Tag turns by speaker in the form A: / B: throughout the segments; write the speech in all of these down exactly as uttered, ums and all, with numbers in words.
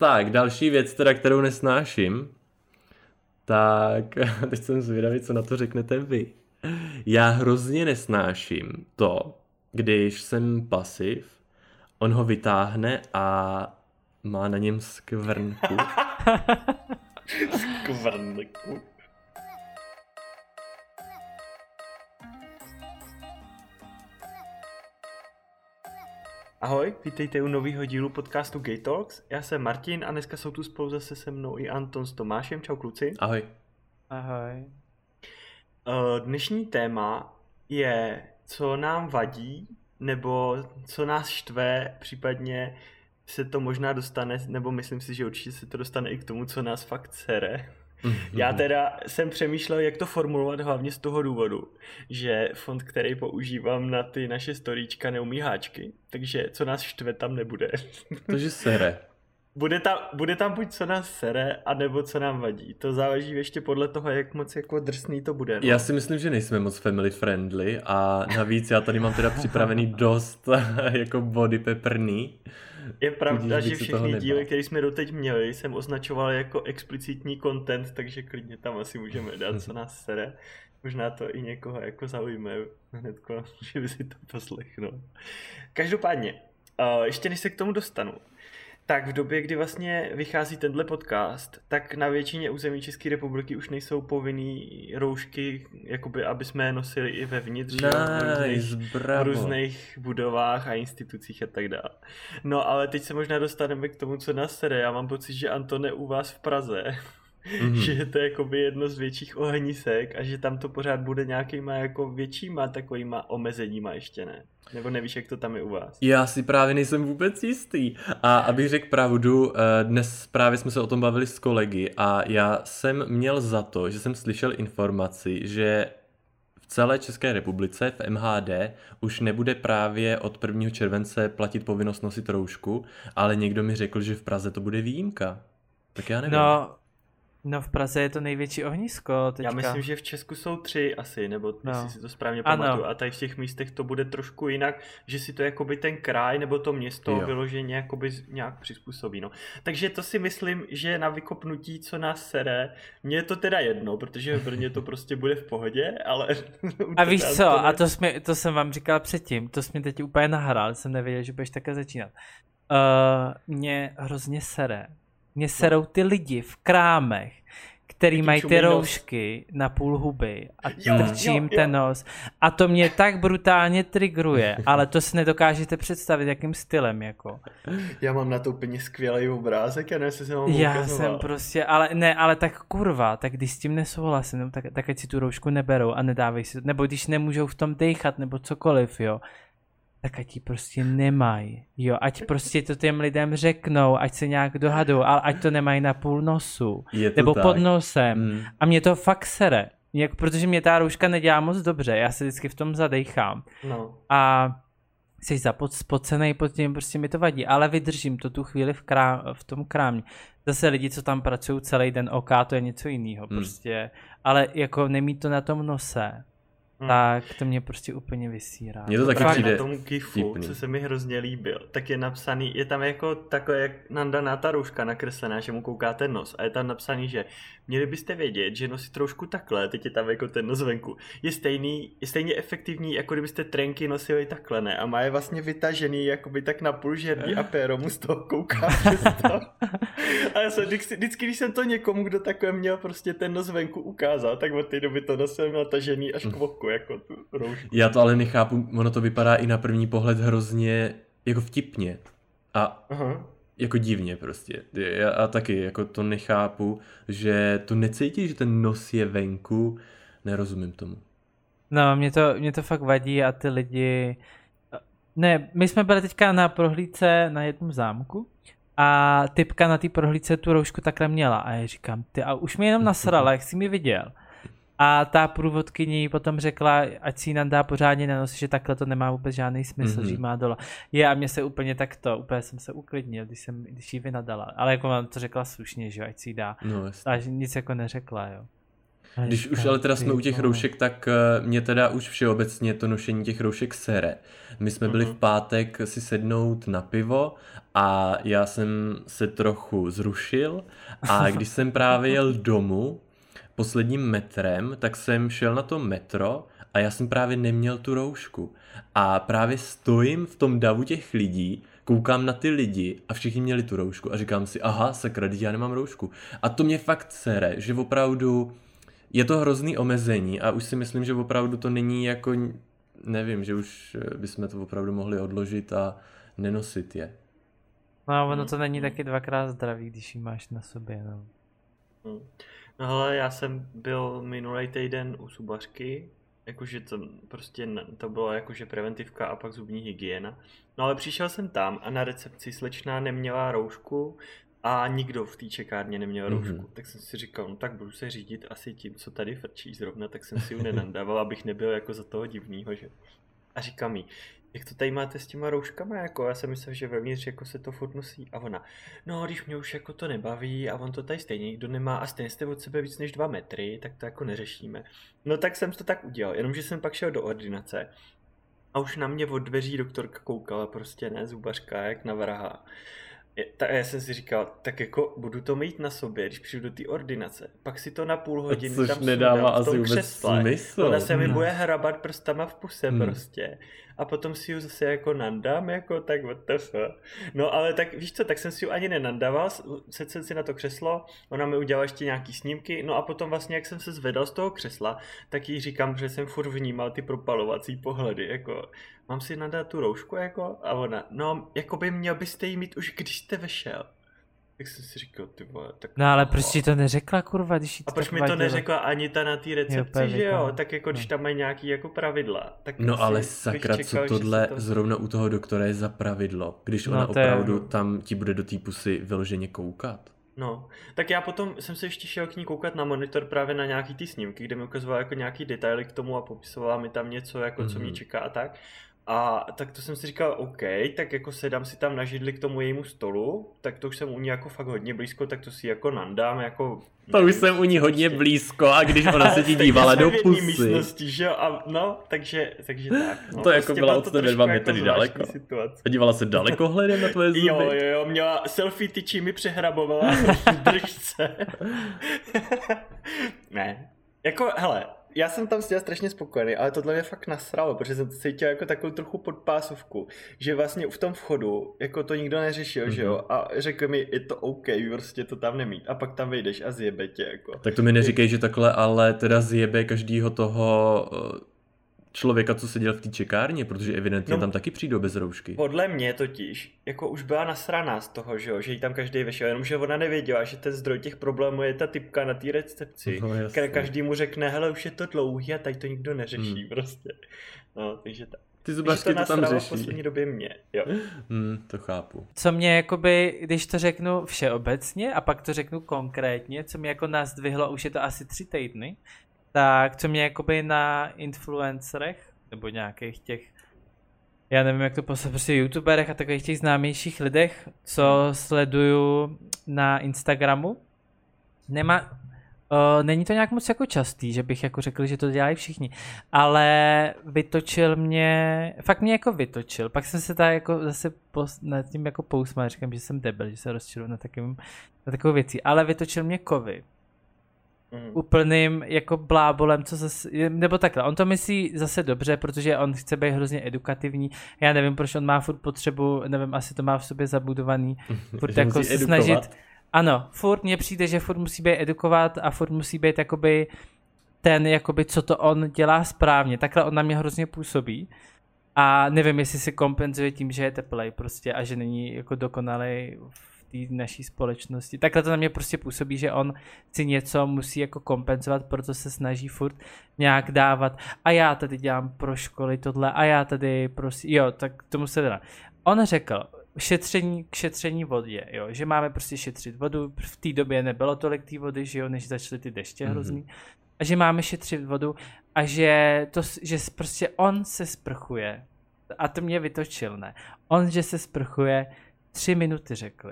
A: tak, další věc, teda, kterou nesnáším, tak teď jsem zvědavý, co na to řeknete vy. Já hrozně nesnáším to, když jsem pasiv, on ho vytáhne a má na něm skvrnku.
B: Skvrnku. Ahoj, vítejte u nového dílu podcastu Gay Talks. Já jsem Martin a dneska jsou tu spolu zase se mnou i Anton s Tomášem. Čau kluci.
A: Ahoj.
C: Ahoj.
B: Dnešní téma je, co nám vadí, nebo co nás štve, případně se to možná dostane, nebo myslím si, že určitě se to dostane i k tomu, co nás fakt sere. Já teda jsem přemýšlel, jak to formulovat hlavně z toho důvodu, že font, který používám na ty naše storíčka, neumí háčky, takže co nás štve, tam nebude.
A: Takže sere.
B: Bude tam, bude tam buď co nás sere, anebo co nám vadí. To záleží ještě podle toho, jak moc jako drsný to bude. No.
A: Já si myslím, že nejsme moc family friendly a navíc já tady mám teda připravený dost jako body pepperný.
B: Je pravda, že všechny díly, které jsme doteď měli, jsem označoval jako explicitní content, takže klidně tam asi můžeme dát, co nás sere. Možná to i někoho jako zaujme hnedko, že by si to poslechnul. Každopádně, ještě než se k tomu dostanu, tak v době, kdy vlastně vychází tenhle podcast, tak na většině území České republiky už nejsou povinný roušky, jakoby, aby jsme je nosili i vevnitř,
A: nice,
B: v, různých, v různých budovách a institucích a tak dále. No ale teď se možná dostaneme k tomu, co nás sere. Já mám pocit, že Antone u vás v Praze, mm-hmm. že to je jakoby jedno z větších ohnisek a že tam to pořád bude nějakýma jako většíma takovýma omezeníma ještě, ne? Nebo nevíš, jak to tam je u vás?
A: Já si právě nejsem vůbec jistý. A abych řekl pravdu, dnes právě jsme se o tom bavili s kolegy a já jsem měl za to, že jsem slyšel informaci, že v celé České republice v M H D už nebude právě od prvního července platit povinnost nosit roušku, ale někdo mi řekl, že v Praze to bude výjimka. Tak já nevím.
C: No, no v Praze je to největší ohnisko teďka.
B: Já myslím, že v Česku jsou tři asi, nebo no. jestli si to správně pamatuju. A tady v těch místech to bude trošku jinak, že si to jakoby ten kraj nebo to město jo. vyloženě jakoby nějak přizpůsobí. No. Takže to si myslím, že na vykopnutí, co nás sere, mně je to teda jedno, protože v Brně to prostě bude v pohodě, ale...
C: A víš co, to ne... a to, jsme, to jsem vám říkal předtím, to jsi mě teď úplně nahrál, jsem nevěděl, že budeš také začínat. Uh, mě hrozně sere. Mě serou ty lidi v krámech, který mají ty roušky nos. Na půl huby a trčí jim ten nos. A to mě tak brutálně trigruje, ale to si nedokážete představit, jakým stylem, jako.
B: Já mám na to úplně skvělý obrázek, já nevím, jestli jsem vám
C: Já
B: ukazoval.
C: jsem prostě, ale ne, ale tak kurva, tak když s tím nesouhlasím, tak, tak ať si tu roušku neberou a nedávají si, nebo když nemůžou v tom dejchat, nebo cokoliv, jo. Tak ať ji prostě nemají, jo, ať prostě to těm lidem řeknou, ať se nějak dohadou, ale ať to nemají na půl nosu, nebo tak. Pod nosem. Mm. A mě to fakt sere, jak, protože mě ta rouška nedělá moc dobře, já se vždycky v tom zadejchám.
B: No.
C: A jsi spocenej pod tím, prostě mi to vadí, ale vydržím to tu chvíli v, krám, v tom krámě. Zase lidi, co tam pracují celý den oká, to je něco jiného, mm. prostě, ale jako nemít to na tom nose. Hmm. Tak to mě prostě úplně vysírá.
A: Mně to taky
B: Fakt
A: přijde
B: na tom gifu, vtipný. Co se mi hrozně líbil, tak je napsaný, je tam jako takové jak nandaná ta rouška nakreslená, že mu kouká ten nos a je tam napsaný, že měli byste vědět, že nosit trošku takhle, teď je tam jako ten nos venku, je stejný, je stejně efektivní, jako kdybyste trenky nosili takhle, ne? A má je vlastně vytažený jakoby tak na půl žerdí a péro mu z toho kouká přes to. A já jsem vždycky, vždycky, když jsem to někomu, kdo takhle měl prostě ten nos venku ukázal, tak od té doby to nosil natažený až k voku, jako tu roušku.
A: Já to ale nechápu, ono to vypadá i na první pohled hrozně jako vtipně a Aha. jako divně prostě. Já a taky jako to nechápu, že to necítí, že ten nos je venku, nerozumím tomu.
C: No, mě to, mě to fakt vadí a ty lidi... Ne, my jsme byli teďka na prohlídce na jednom zámku a typka na té prohlídce tu roušku takhle měla a já říkám, ty a už mě jenom nasrala, jak jsi mi viděl. A ta průvodkyni potom řekla, ať si ji nadá pořádně na nos, že takhle to nemá vůbec žádný smysl, mm-hmm. že má dola. Je a mě se úplně takto, úplně jsem se uklidnil, když jsem, když jí vynadala. Ale jako mám to řekla slušně, že ať si ji dá.
A: No,
C: a nic jako neřekla, jo.
A: Když už ale teda jsme u těch roušek, tak mě teda už všeobecně to nošení těch roušek sere. My jsme byli v pátek si sednout na pivo a já jsem se trochu zrušil a když jsem právě jel domů posledním metrem, tak jsem šel na to metro a já jsem právě neměl tu roušku. A právě stojím v tom davu těch lidí, koukám na ty lidi a všichni měli tu roušku a říkám si, aha, sakra, teď já nemám roušku. A to mě fakt sere, že opravdu je to hrozný omezení a už si myslím, že opravdu to není jako, nevím, že už bychom to opravdu mohli odložit a nenosit je.
C: No ono to není taky dvakrát zdravý, když ji máš na sobě, no.
B: No hele, já jsem byl minulý týden u zubařky, jakože to prostě to bylo jakože preventivka a pak zubní hygiena. No ale přišel jsem tam a na recepci slečna neměla roušku a nikdo v té čekárně neměl roušku. Mm-hmm. Tak jsem si říkal, no tak budu se řídit asi tím, co tady frčí zrovna, tak jsem si ji nenandával, abych nebyl jako za toho divnýho, že. A říkám jí, jak to tady máte s těma rouškama, jako já jsem myslel, že vevnitř jako se to furt nosí. A ona, no když mě už jako to nebaví a on to tady stejně nikdo nemá a stejně jste od sebe víc než dva metry, tak to jako neřešíme. No tak jsem to tak udělal, jenomže jsem pak šel do ordinace a už na mě od dveří doktorka koukala, prostě ne, zubařka, jak na vraha. Tak já jsem si říkal, tak jako budu to mít na sobě, když přijdu do té ordinace, pak si to na půl hodiny
A: což
B: tam
A: nedává
B: v tom
A: asi
B: křesle,
A: smysl.
B: ona se mi
C: No.
B: bude hrabat prstama v puse
A: Hmm.
B: prostě a potom si ji zase jako nandám, jako tak what the fuck. No ale tak víš co, tak jsem si ji ani nenandával, sedl jsem si na to křeslo, ona mi udělala ještě nějaký snímky, no a potom vlastně jak jsem se zvedal z toho křesla, tak jí říkám, že jsem furt vnímal ty propalovací pohledy, jako mám si nadat tu roušku, jako? A ona, no, jako by měl byste jí mít už, když jste vešel. Tak jsem si říkal, ty vole, tak...
C: No ale proč ti to neřekla, kurva, když jí to
B: A proč
C: tak
B: mi to
C: vadilo?
B: neřekla ani ta na té recepci,
C: Jo,
B: že jo?
C: právě,
B: Tak jako když
C: no.
B: tam mají nějaký jako pravidla. Tak
A: No
B: asi
A: ale
B: bych
A: sakra,
B: čekal,
A: co
B: že se
A: tohle
B: to...
A: zrovna u toho doktora je za pravidlo, když ona
C: No, to je-
A: opravdu tam ti bude do té pusy vyloženě koukat.
B: No, tak já potom jsem se ještě šel k ní koukat na monitor právě na nějaký ty snímky, kde mi ukazovala jako nějaký detaily k tomu a popisovala mi tam něco, jako co mě
A: Mhm.
B: čeká a tak. A tak to jsem si říkal, OK, tak jako sedám si tam na židli k tomu jejímu stolu, tak to už jsem u ní jako fakt hodně blízko, tak to si jako nandám, jako...
A: To už jsem u ní hodně blízko a když ona se ti dívala do
B: Jsme v jedné
A: pusy.
B: místnosti, že jo? A no, takže, takže tak. No.
A: To jako
B: Prostě
A: byla
B: byla
A: od
B: to
A: tebe
B: trošku
A: dva
B: jako
A: metry
B: zvláštní
A: daleko.
B: situace.
A: A dívala se daleko hledem na tvoje zuby.
B: Jo, jo, jo, měla selfie tyčí mi přehrabovala v držce. Ne. Jako, hele, já jsem tam s tím strašně spokojený, ale tohle mě fakt nasralo, protože jsem cítil jako takovou trochu podpásovku, že vlastně v tom vchodu, jako to nikdo neřešil, mm-hmm. že jo, a řekl mi, je to OK, prostě to tam nemít, a pak tam vejdeš a zjebe tě, jako.
A: Tak to mi neříkej, že takhle, ale teda zjebe každýho toho eh, člověka, co seděl v té čekárně, protože evidentně
B: No.
A: tam taky přijdou bez roušky.
B: Podle mě totiž, jako už byla nasraná z toho, že jo, že jí tam každý vešel, jenomže ona nevěděla, že ten zdroj těch problémů je ta typka na té recepci,
A: No, jasně.
B: která každý mu řekne, hele, už je to dlouhý a tady to nikdo neřeší,
A: Hmm.
B: prostě. No, takže tak.
A: Ty
B: Takže
A: zubařky to tam
B: nasralo v
A: řeší.
B: poslední době mě, jo.
A: Hmm, to chápu.
C: Co mě jakoby, když to řeknu všeobecně a pak to řeknu konkrétně, co mě jako nás dvihlo, už je to asi tři týdny, tak co mě jakoby na influencerech, nebo nějakých těch, já nevím jak to poslat, prostě youtuberech a takových těch známějších lidech, co sleduju na Instagramu, nemá, o, není to nějak moc jako častý, že bych jako řekl, že to dělají všichni, ale vytočil mě, fakt mě jako vytočil, pak jsem se tak jako zase pos, nad tím jako pousmal, říkám, že jsem debil, že se rozčiluji na takovým, na takovou věcí, ale vytočil mě Kovy.
B: Mm.
C: Úplným jako blábolem, co zase, nebo takhle, on to myslí zase dobře, protože on chce být hrozně edukativní, já nevím, proč on má furt potřebu, nevím, asi to má v sobě zabudovaný, furt
A: Že
C: jako
A: musí
C: se
A: edukovat.
C: snažit, ano, furt mně přijde, že furt musí být edukovat a furt musí být jakoby ten, jakoby, co to on dělá správně, takhle on na mě hrozně působí a nevím, jestli se kompenzuje tím, že je teplej prostě a že není jako dokonalej v té naší společnosti. Takhle to na mě prostě působí, že on si něco musí jako kompenzovat, proto se snaží furt nějak dávat a já tady dělám pro školy tohle a já tady prostě, jo, tak tomu se dá. On řekl, šetření k šetření vodě, jo, že máme prostě šetřit vodu, v té době nebylo tolik té vody, že jo, než začaly ty deště hrozný, a že máme šetřit vodu a že, to, že prostě on se sprchuje, a to mě vytočil, ne, on, že se sprchuje, tři minuty řekli,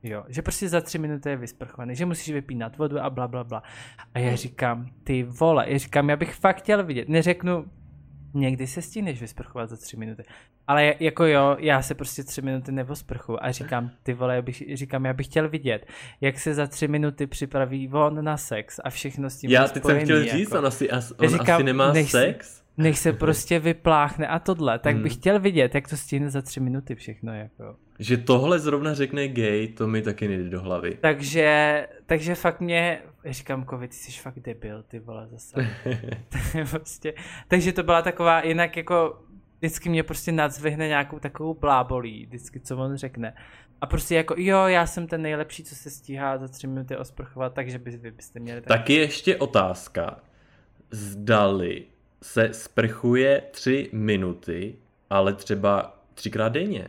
C: Jo, že prostě za tři minuty je vysprchovaný, že musíš vypínat vodu a bla, bla, bla. A já říkám, ty vole, já říkám, já bych fakt chtěl vidět, neřeknu, někdy se stíneš vysprchovat za tři minuty. Ale jako jo, já se prostě tři minuty nevosprchu a říkám, ty vole, já bych, říkám, já bych chtěl vidět, jak se za tři minuty připraví on na sex a všechno s tím
A: já teď jsem chtěl
C: jako.
A: říct, on, asi, on
C: říkám,
A: asi nemá
C: nech
A: sex.
C: Se, nech se prostě vypláchne a tohle, tak
A: hmm.
C: bych chtěl vidět, jak to stihne za tři minuty všechno. Jako.
A: Že tohle zrovna řekne gay, to mi taky nejde do hlavy.
C: Takže, takže fakt mě, říkám, Kovi, ty jsi fakt debil, ty vole, zase. prostě, takže to byla taková, jinak jako, vždycky mě prostě nadzvihne nějakou takovou blábolí, vždycky, co on řekne. A prostě jako, jo, já jsem ten nejlepší, co se stíhá za tři minuty osprchovat, takže by, vy byste měli... Tak...
A: Taky ještě otázka, zdali se sprchuje tři minuty, ale třeba třikrát denně.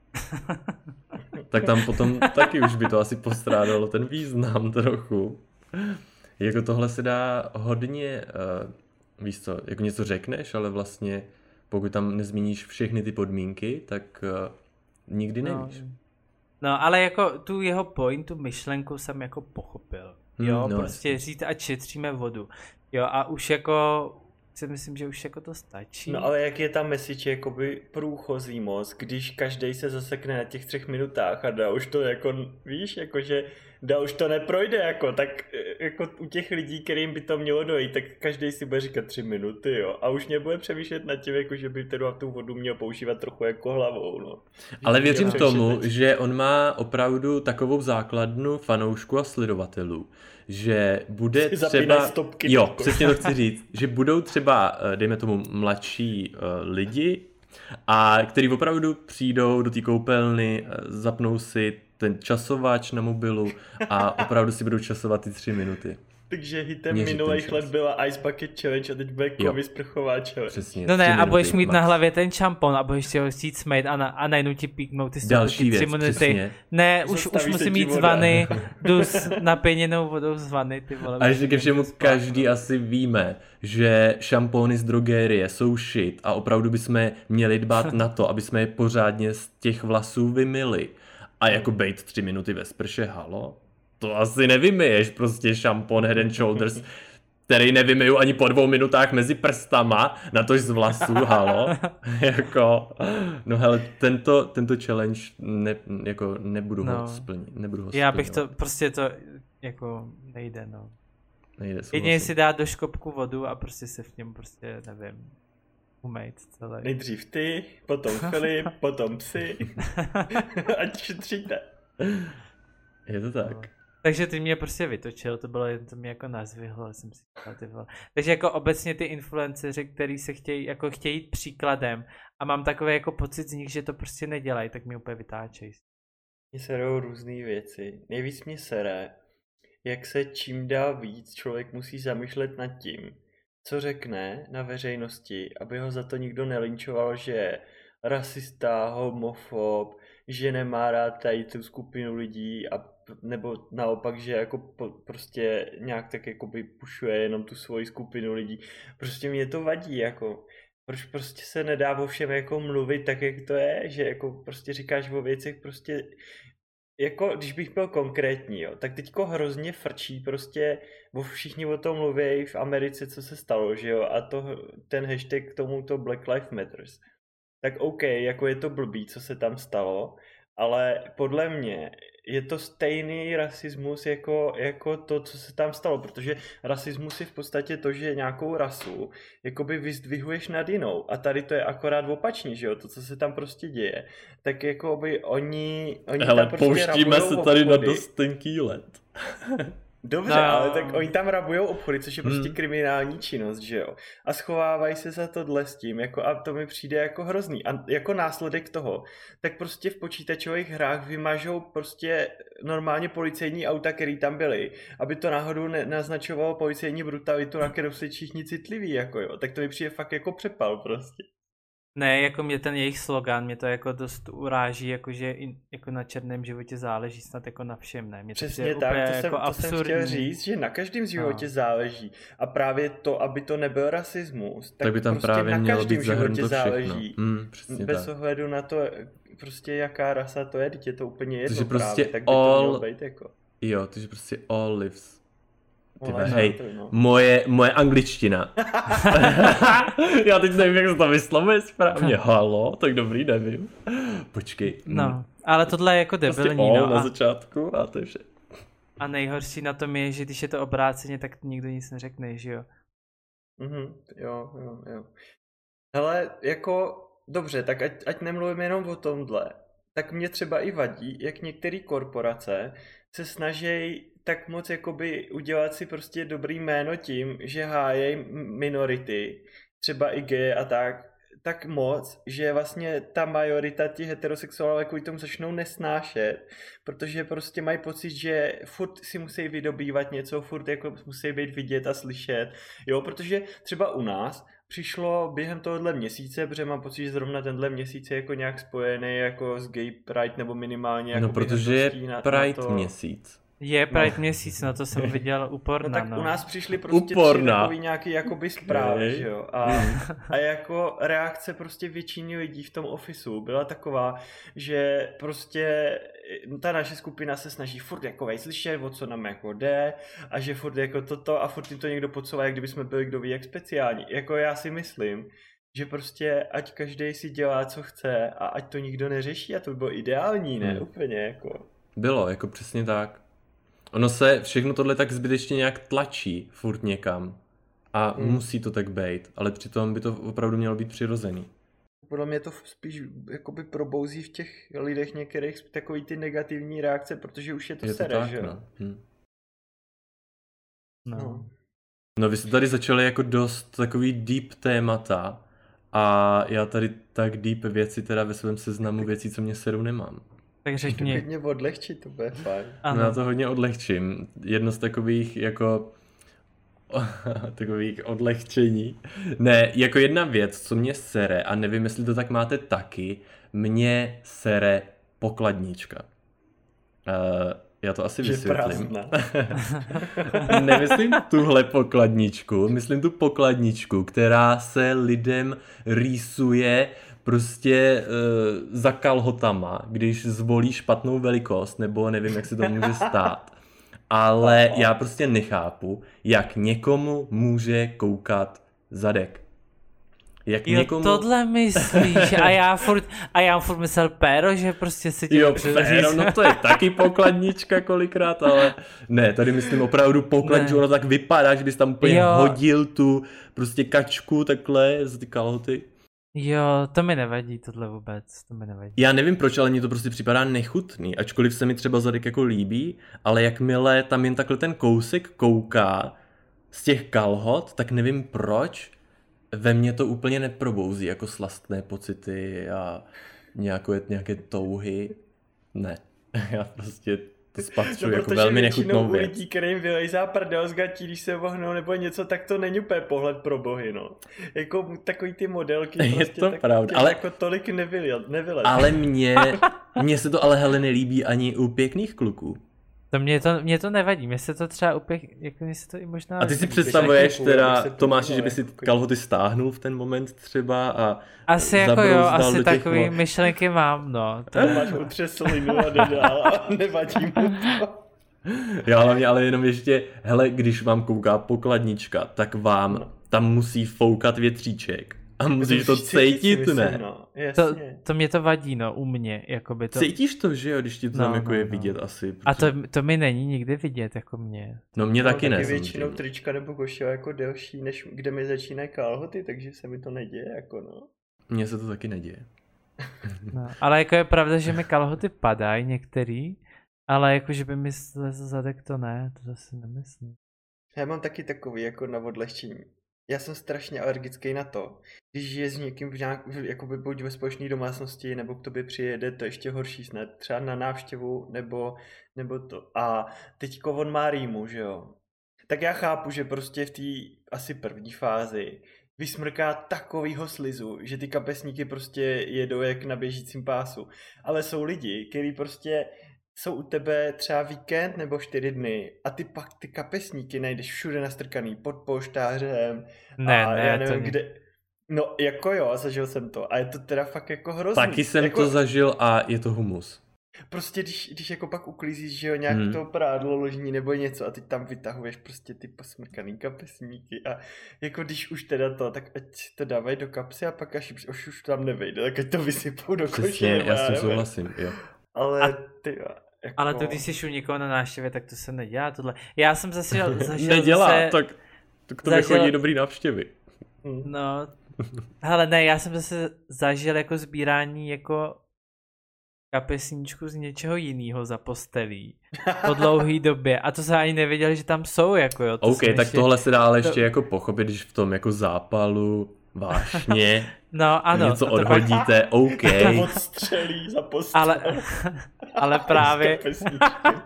A: Tak tam potom taky už by to asi postrádalo ten význam trochu. Jako tohle se dá hodně, uh, víš co, jako něco řekneš, ale vlastně pokud tam nezmíníš všechny ty podmínky, tak uh, nikdy nevíš.
C: No, no, ale jako tu jeho point, tu myšlenku jsem jako pochopil. Jo, hmm, no, prostě jasný. Říct, ať šetříme vodu. Jo, a už jako si myslím, že už jako to stačí.
B: No ale jak je ta message jakoby průchozí moc, když každej se zasekne na těch třech minutách a dá už to jako, víš, jakože dá už to neprojde jako, tak jako u těch lidí, kterým by to mělo dojít, tak každej si bude říkat tři minuty, jo, a už nebude přemýšlet nad tím, jako že by teda tu vodu měl používat trochu jako hlavou, no.
A: Ale věřím tomu, že on má opravdu takovou základnu fanoušku a sledovatelů, že bude třeba, jo, přesně to chci říct, že budou třeba, dejme tomu, mladší uh, lidi, a který opravdu přijdou do té koupelny, zapnou si ten časovač na mobilu a opravdu si budou časovat ty tři minuty.
B: Takže hitem minulých let byla Ice Bucket Challenge a teď bude Kovy sprchová challenge.
A: Přesně,
C: no ne, a budeš mít max na hlavě ten šampon a budeš si ho chtít smejt a, na, a najednou ti píknou ty
A: další věc,
C: tři minuty.
A: Přesně.
C: Ne, už, už musím mít z vany, jdu s napěněnou vodou z vany, ty vole.
A: A ještě ke všemu každý asi víme, že šampóny z drogérie jsou shit a opravdu bychom měli dbát na to, aby jsme je pořádně z těch vlasů vymyli. A jako bejt tři minuty ve sprše, halo? To asi nevymyješ, prostě šampon Head and Shoulders, který nevymyju ani po dvou minutách mezi prstama, natož z vlasů, halo? jako, no hele, tento, tento challenge ne, jako nebudu no. ho splnit, nebudu ho
C: Já bych to, prostě to, jako nejde, no.
A: Nejde,
C: jedině si dát do škopku vodu a prostě se v něm prostě, nevím, umejt celé.
B: Nejdřív ty, potom Filip, potom psy, ať šetříte.
A: Je to tak.
C: No. Takže ty mě prostě vytočil, to bylo jen to mě jako nazvihlo, jsem si říkal, ty vole. Takže jako obecně ty influenceři, který se chtějí, jako chtějí jít příkladem a mám takový jako pocit z nich, že to prostě nedělají, tak mě úplně vytáčejí.
B: Mě serou různý věci. Nejvíc mě sere, jak se čím dál víc člověk musí zamýšlet nad tím, co řekne na veřejnosti, aby ho za to nikdo nelinčoval, že je rasista, homofob, že nemá rád tady tu skupinu lidí a nebo naopak, že jako po, prostě nějak tak jakoby pušuje jenom tu svoji skupinu lidí. Prostě mě to vadí, jako proč prostě se nedá o všem jako mluvit tak, jak to je, že jako prostě říkáš o věcech prostě jako, když bych byl konkrétní, jo, tak teďko hrozně frčí prostě, bo všichni o tom mluví v Americe, co se stalo, že jo, a to, ten hashtag k tomuto Black Lives Matters. Tak OK, jako je to blbý, co se tam stalo, ale podle mě je to stejný rasismus jako, jako to, co se tam stalo, protože rasismus je v podstatě to, že nějakou rasu jakoby vyzdvihuješ nad jinou a tady to je akorát opačně, že jo, to, co se tam prostě děje, tak jakoby oni, oni
A: hele,
B: tam prostě
A: pouštíme se tady obchody. Na dost tenký let.
B: Dobře, no. Ale tak oni tam rabujou obchody, což je prostě hmm. kriminální činnost, že jo. A schovávají se za tohle s tím, jako a to mi přijde jako hrozný. A jako následek toho, tak prostě v počítačových hrách vymažou prostě normálně policejní auta, který tam byly, aby to náhodou naznačovalo policejní brutalitu, na kterou se všichni citliví, jako jo. Tak to mi přijde fakt jako přepal prostě.
C: Ne, jako mě ten jejich slogan, mě to jako dost uráží, jakože in, jako na černém životě záleží snad jako na všem, ne? Mě to
B: Přesně
C: to
B: tak,
C: úplně
B: to, jsem,
C: jako
B: to jsem
C: absurdní.
B: chtěl říct, že na každém životě
C: No.
B: záleží. A právě to, aby to nebyl rasismus, tak,
A: Tak by tam
B: prostě
A: právě
B: na
A: mělo
B: každém
A: být
B: životě
A: zahrnuto všechno.
B: záleží.
A: Mm, přesně
B: Bez
A: tak.
B: ohledu na to, prostě jaká rasa to je, teď je to úplně jedno
A: Takže prostě
B: právě, tak by to
A: all-
B: mělo být jako.
A: Jo, takže prostě all lives. Ty
B: Ale
A: hej,
B: to, no.
A: moje, moje angličtina. Já teď nevím, jak se to vyslovuje správně. Halo, tak dobrý, nevím. Počkej.
C: No, ale tohle je jako
A: Prostě
C: debilní,
A: all
C: no.
A: na
C: A,
A: začátku a to je vše.
C: a nejhorší na tom je, že když je to obráceně, tak nikdo nic neřekne, že jo?
B: Mhm, jo, jo, jo. Hele, jako, dobře, tak ať, ať nemluvím jenom o tomhle, tak mě třeba i vadí, jak některé korporace se snaží tak moc jakoby udělat si prostě dobrý jméno tím, že hájejí minority, třeba i geje a tak, tak moc, že vlastně ta majorita těch heterosexuálů kvůli tomu začnou nesnášet, protože prostě mají pocit, že furt si musí vydobývat něco, furt jako musí být vidět a slyšet, jo, protože třeba u nás přišlo během tohohle měsíce, protože mám pocit, že zrovna tenhle měsíc je jako nějak spojený jako s Gay Pride nebo minimálně
A: No,
B: jako
A: protože je
B: na, na
A: Pride
B: to...
A: měsíc.
C: Je Pride měsíc, no to jsem viděl u porna,
B: No tak
C: no.
B: u nás přišli prostě
A: Porna.
B: tři takový nějaký jakoby zprávy,
A: Okay.
B: že jo. A, a jako reakce prostě většiny lidí v tom ofisu byla taková, že prostě ta naše skupina se snaží furt jako slyšet, o co nám jako jde a že furt jako toto a furt jim to někdo podsouvá, jak kdyby jsme byli kdo ví jak speciální. Jako já si myslím, že prostě ať každý si dělá, co chce a ať to nikdo neřeší a to by bylo ideální, ne?
A: Hmm.
B: Úplně jako.
A: Bylo, jako přesně tak. Ono se všechno tohle tak zbytečně nějak tlačí furt někam. A
B: Hmm.
A: musí to tak být, ale přitom by to opravdu mělo být přirozený.
B: Podle mě to spíš jakoby probouzí v těch lidech některých takový ty negativní reakce, protože už je to
A: Je to
B: sere,
A: tak,
B: že jo?
A: no. Hm.
C: no.
B: No.
A: No vy jste tady začali jako dost takový deep témata a já tady tak deep věci teda ve svém seznamu věcí, co mě serou, nemám.
C: Tak řekni,
B: Hodně odlehčí, to bude fajn.
C: ano.
A: No já to hodně odlehčím. Jedno z takových jako takových odlehčení. Ne, jako jedna věc, co mě sere, a nevím, jestli to tak máte taky, mě sere pokladnička. Uh, já to asi
B: Že
A: vysvětlím.
B: prázdná.
A: Nemyslím tuhle pokladničku, myslím tu pokladničku, která se lidem rýsuje prostě uh, za kalhotama, když zvolí špatnou velikost, nebo nevím, jak se to může stát. Ale já prostě nechápu, jak někomu může koukat zadek. Jak
C: Jo,
A: někomu...
C: tohle myslíš a já furt, a já furt myslel péro, že prostě si tě
A: Jo, péro, no to je taky pokladnička kolikrát, ale ne, tady myslím opravdu pokladničku,
C: Ne.
A: ono tak vypadá, že bys tam úplně
C: Jo.
A: hodil tu prostě kačku takhle z ty kalhoty.
C: Jo, to mi nevadí tohle vůbec, to mi nevadí.
A: Já nevím proč, ale mně to prostě připadá nechutný, ačkoliv se mi třeba zadek jako líbí, ale jakmile tam jen takhle ten kousek kouká z těch kalhot, tak nevím proč, ve mně to úplně neprobouzí jako slastné pocity a nějaké, nějaké touhy. Ne, já prostě to spatřuji
B: No,
A: jako
B: protože
A: velmi
B: většinou
A: nechutnou
B: u
A: věc.
B: lidí, kterým vylejzá prdel z gatí, když se vohnou nebo něco, tak to není úplně pohled pro bohy, no. Jako takový ty modelky
A: Je
B: prostě
A: to
B: tak,
A: pravda,
B: těm
A: ale-
B: jako tolik nevylez, nevylez.
A: Ale mně, mně se to ale hele nelíbí ani u pěkných kluků.
C: To mě to, mě to nevadí, mně se to třeba úplně, jako mně se to i možná...
A: A ty si
B: bych
A: představuješ
B: se koupil,
A: teda,
B: abych se
A: Tomáši,
B: podíval,
A: že by si
B: jako kolik-
A: kalhoty stáhnul v ten moment třeba a
C: Asi jako jo,
A: zabrouzdal
C: asi
A: do těch
C: takový
A: vod.
C: myšlenky mám, no. To,
B: To máš utřeslinu a jde dál a nevadí mu to.
A: Já hlavně ale jenom ještě, hele, když vám kouká pokladnička, tak vám
B: No.
A: tam musí foukat větříček. A musíš to
B: musíš cítit, si
A: cítit,
B: myslím,
A: ne?
B: No,
C: to,
B: jasně.
C: to mě to vadí, no, u mě, jakoby to...
A: Cítíš to, že jo, když ti to
C: No,
A: tam jako
C: no,
A: je
C: no.
A: vidět asi.
C: A
A: protože-
C: to, to mi není nikdy vidět, jako mě.
A: No mě
B: Mám
A: taky ne,
B: většinou
A: samozřejmě.
B: trička nebo košile jako delší, než kde mi začínají kalhoty, takže se mi to neděje, jako no.
A: Mně se to taky neděje.
C: No, ale jako je pravda, že mi kalhoty padají některý, ale jako, že by mi slezl zadek, to ne, to zase nemyslím.
B: Já mám taky takový jako na odlehčení. Já jsem strašně alergický na to, když je s někým v nějak, jakoby buď ve společné domácnosti, nebo k tobě přijede, to ještě horší snad, třeba na návštěvu, nebo, nebo to. A teďko on má rýmu, že jo. Tak já chápu, že prostě v té asi první fázi vysmrká takovýho slizu, že ty kapesníky prostě jedou jak na běžícím pásu. Ale jsou lidi, kteří prostě jsou u tebe třeba víkend nebo čtyři dny a ty pak ty kapesníky najdeš všude nastrkaný pod polštářem
C: Ne,
B: a
C: ne,
B: já
C: to
B: nevím
C: ne.
B: kde. No jako jo, zažil jsem to a je to teda fakt jako hrozný.
A: Taky jsem
B: jako,
A: to zažil a je to humus.
B: Prostě když, když jako pak uklízíš, že jo, nějak
A: Hmm.
B: to prádlo ložní nebo něco a ty tam vytahuješ prostě ty posmrkaný kapesníky a jako když už teda to, tak ať to dávají do kapsy a pak až, až už tam nevejde, tak ať to vysypou do koše.
A: Přesně,
B: nebo
A: já s tím
B: nevím.
A: souhlasím, jo.
B: Ale
C: A-
B: ty jo, jako...
C: Ale to, když jsi u někoho na návštěvě, tak to se nedělá tohle. Já jsem zase zažil
A: Nedělá,
C: zase...
A: tak, tak to zažil...
C: zažil-
A: chodí dobrý návštěvy.
B: Hm.
C: No, hele ne, já jsem zase zažil jako sbírání jako kapesníčku z něčeho jiného za postelí po dlouhé době a to se ani nevěděli, že tam jsou jako jo. To
A: OK,
C: jsem
A: tak
C: ještě...
A: tohle se dá ale
C: to-
A: ještě jako pochopit, když v tom jako zápalu, vášně,
C: No ano.
A: něco
C: a to pak-
A: odhodíte, OK.
B: To odstřelí za postel.
C: Ale, ale právě,
B: Z kapesníčky.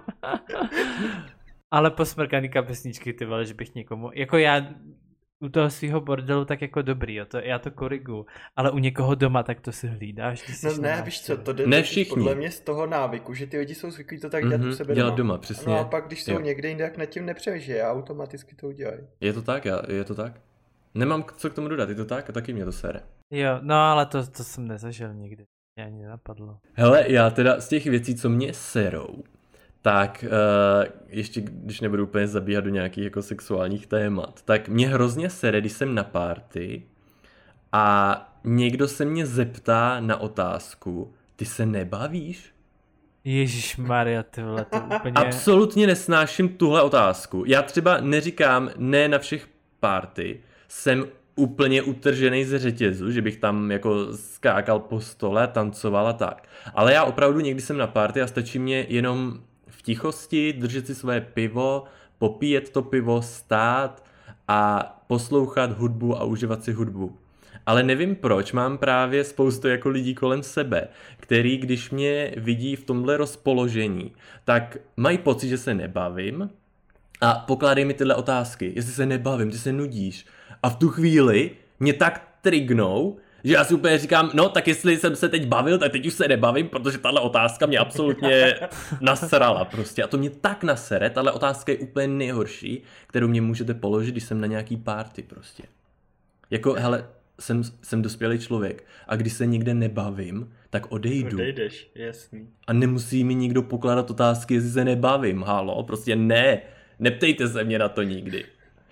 C: ale posmrkaný kapesníčky, ty vole, že bych někomu, jako já u toho svého bordelu tak jako dobrý, jo, to, já to koriguju, ale u někoho doma tak to si hlídáš, když jsi
B: No
C: na
B: ne,
C: návštěvě.
B: víš co, to jde
A: Ne
B: totiž
A: všichni.
B: podle mě z toho návyku, že ty lidi jsou zvyklí to tak dělat
A: Mhm,
B: u sebe
A: dělat
B: doma.
A: doma, přesně.
B: No a pak když jsou
A: Jo.
B: někde jinde, jak nad tím nepřemýšlí a automaticky to udělají.
A: Je to tak, já, je to tak. Nemám k- co k tomu dodat, je to tak a taky mě to sere.
C: Jo, no ale to, to jsem nezažil nikdy, mě ani nenapadlo.
A: Hele, já teda z těch věcí, co mě serou, tak uh, ještě když nebudu úplně zabíhat do nějakých jako sexuálních témat, tak mě hrozně sere, když jsem na party a někdo se mě zeptá na otázku, ty se nebavíš?
C: Ježišmarja, ty vole, to úplně...
A: Absolutně nesnáším tuhle otázku. Já třeba neříkám ne na všech party, jsem úplně utržený ze řetězu, že bych tam jako skákal po stole, tancoval a tak. Ale já opravdu někdy jsem na party a stačí mě jenom v tichosti držet si své pivo, popíjet to pivo, stát a poslouchat hudbu a užívat si hudbu. Ale nevím proč, mám právě spoustu jako lidí kolem sebe, který když mě vidí v tomhle rozpoložení, tak mají pocit, že se nebavím a pokládají mi tyhle otázky, jestli se nebavím, že se nudíš. A v tu chvíli mě tak trignou, že já si úplně říkám, no tak jestli jsem se teď bavil, tak teď už se nebavím, protože tahle otázka mě absolutně nasrala prostě. A to mě tak nasere, tahle otázka je úplně nejhorší, kterou mě můžete položit, když jsem na nějaký party prostě. Jako, hele, jsem, jsem dospělý člověk a když se někde nebavím, tak odejdu.
B: Odejdeš, jasný.
A: A nemusí mi nikdo pokládat otázky, jestli se nebavím, halo, prostě ne. Neptejte se mě na to nikdy.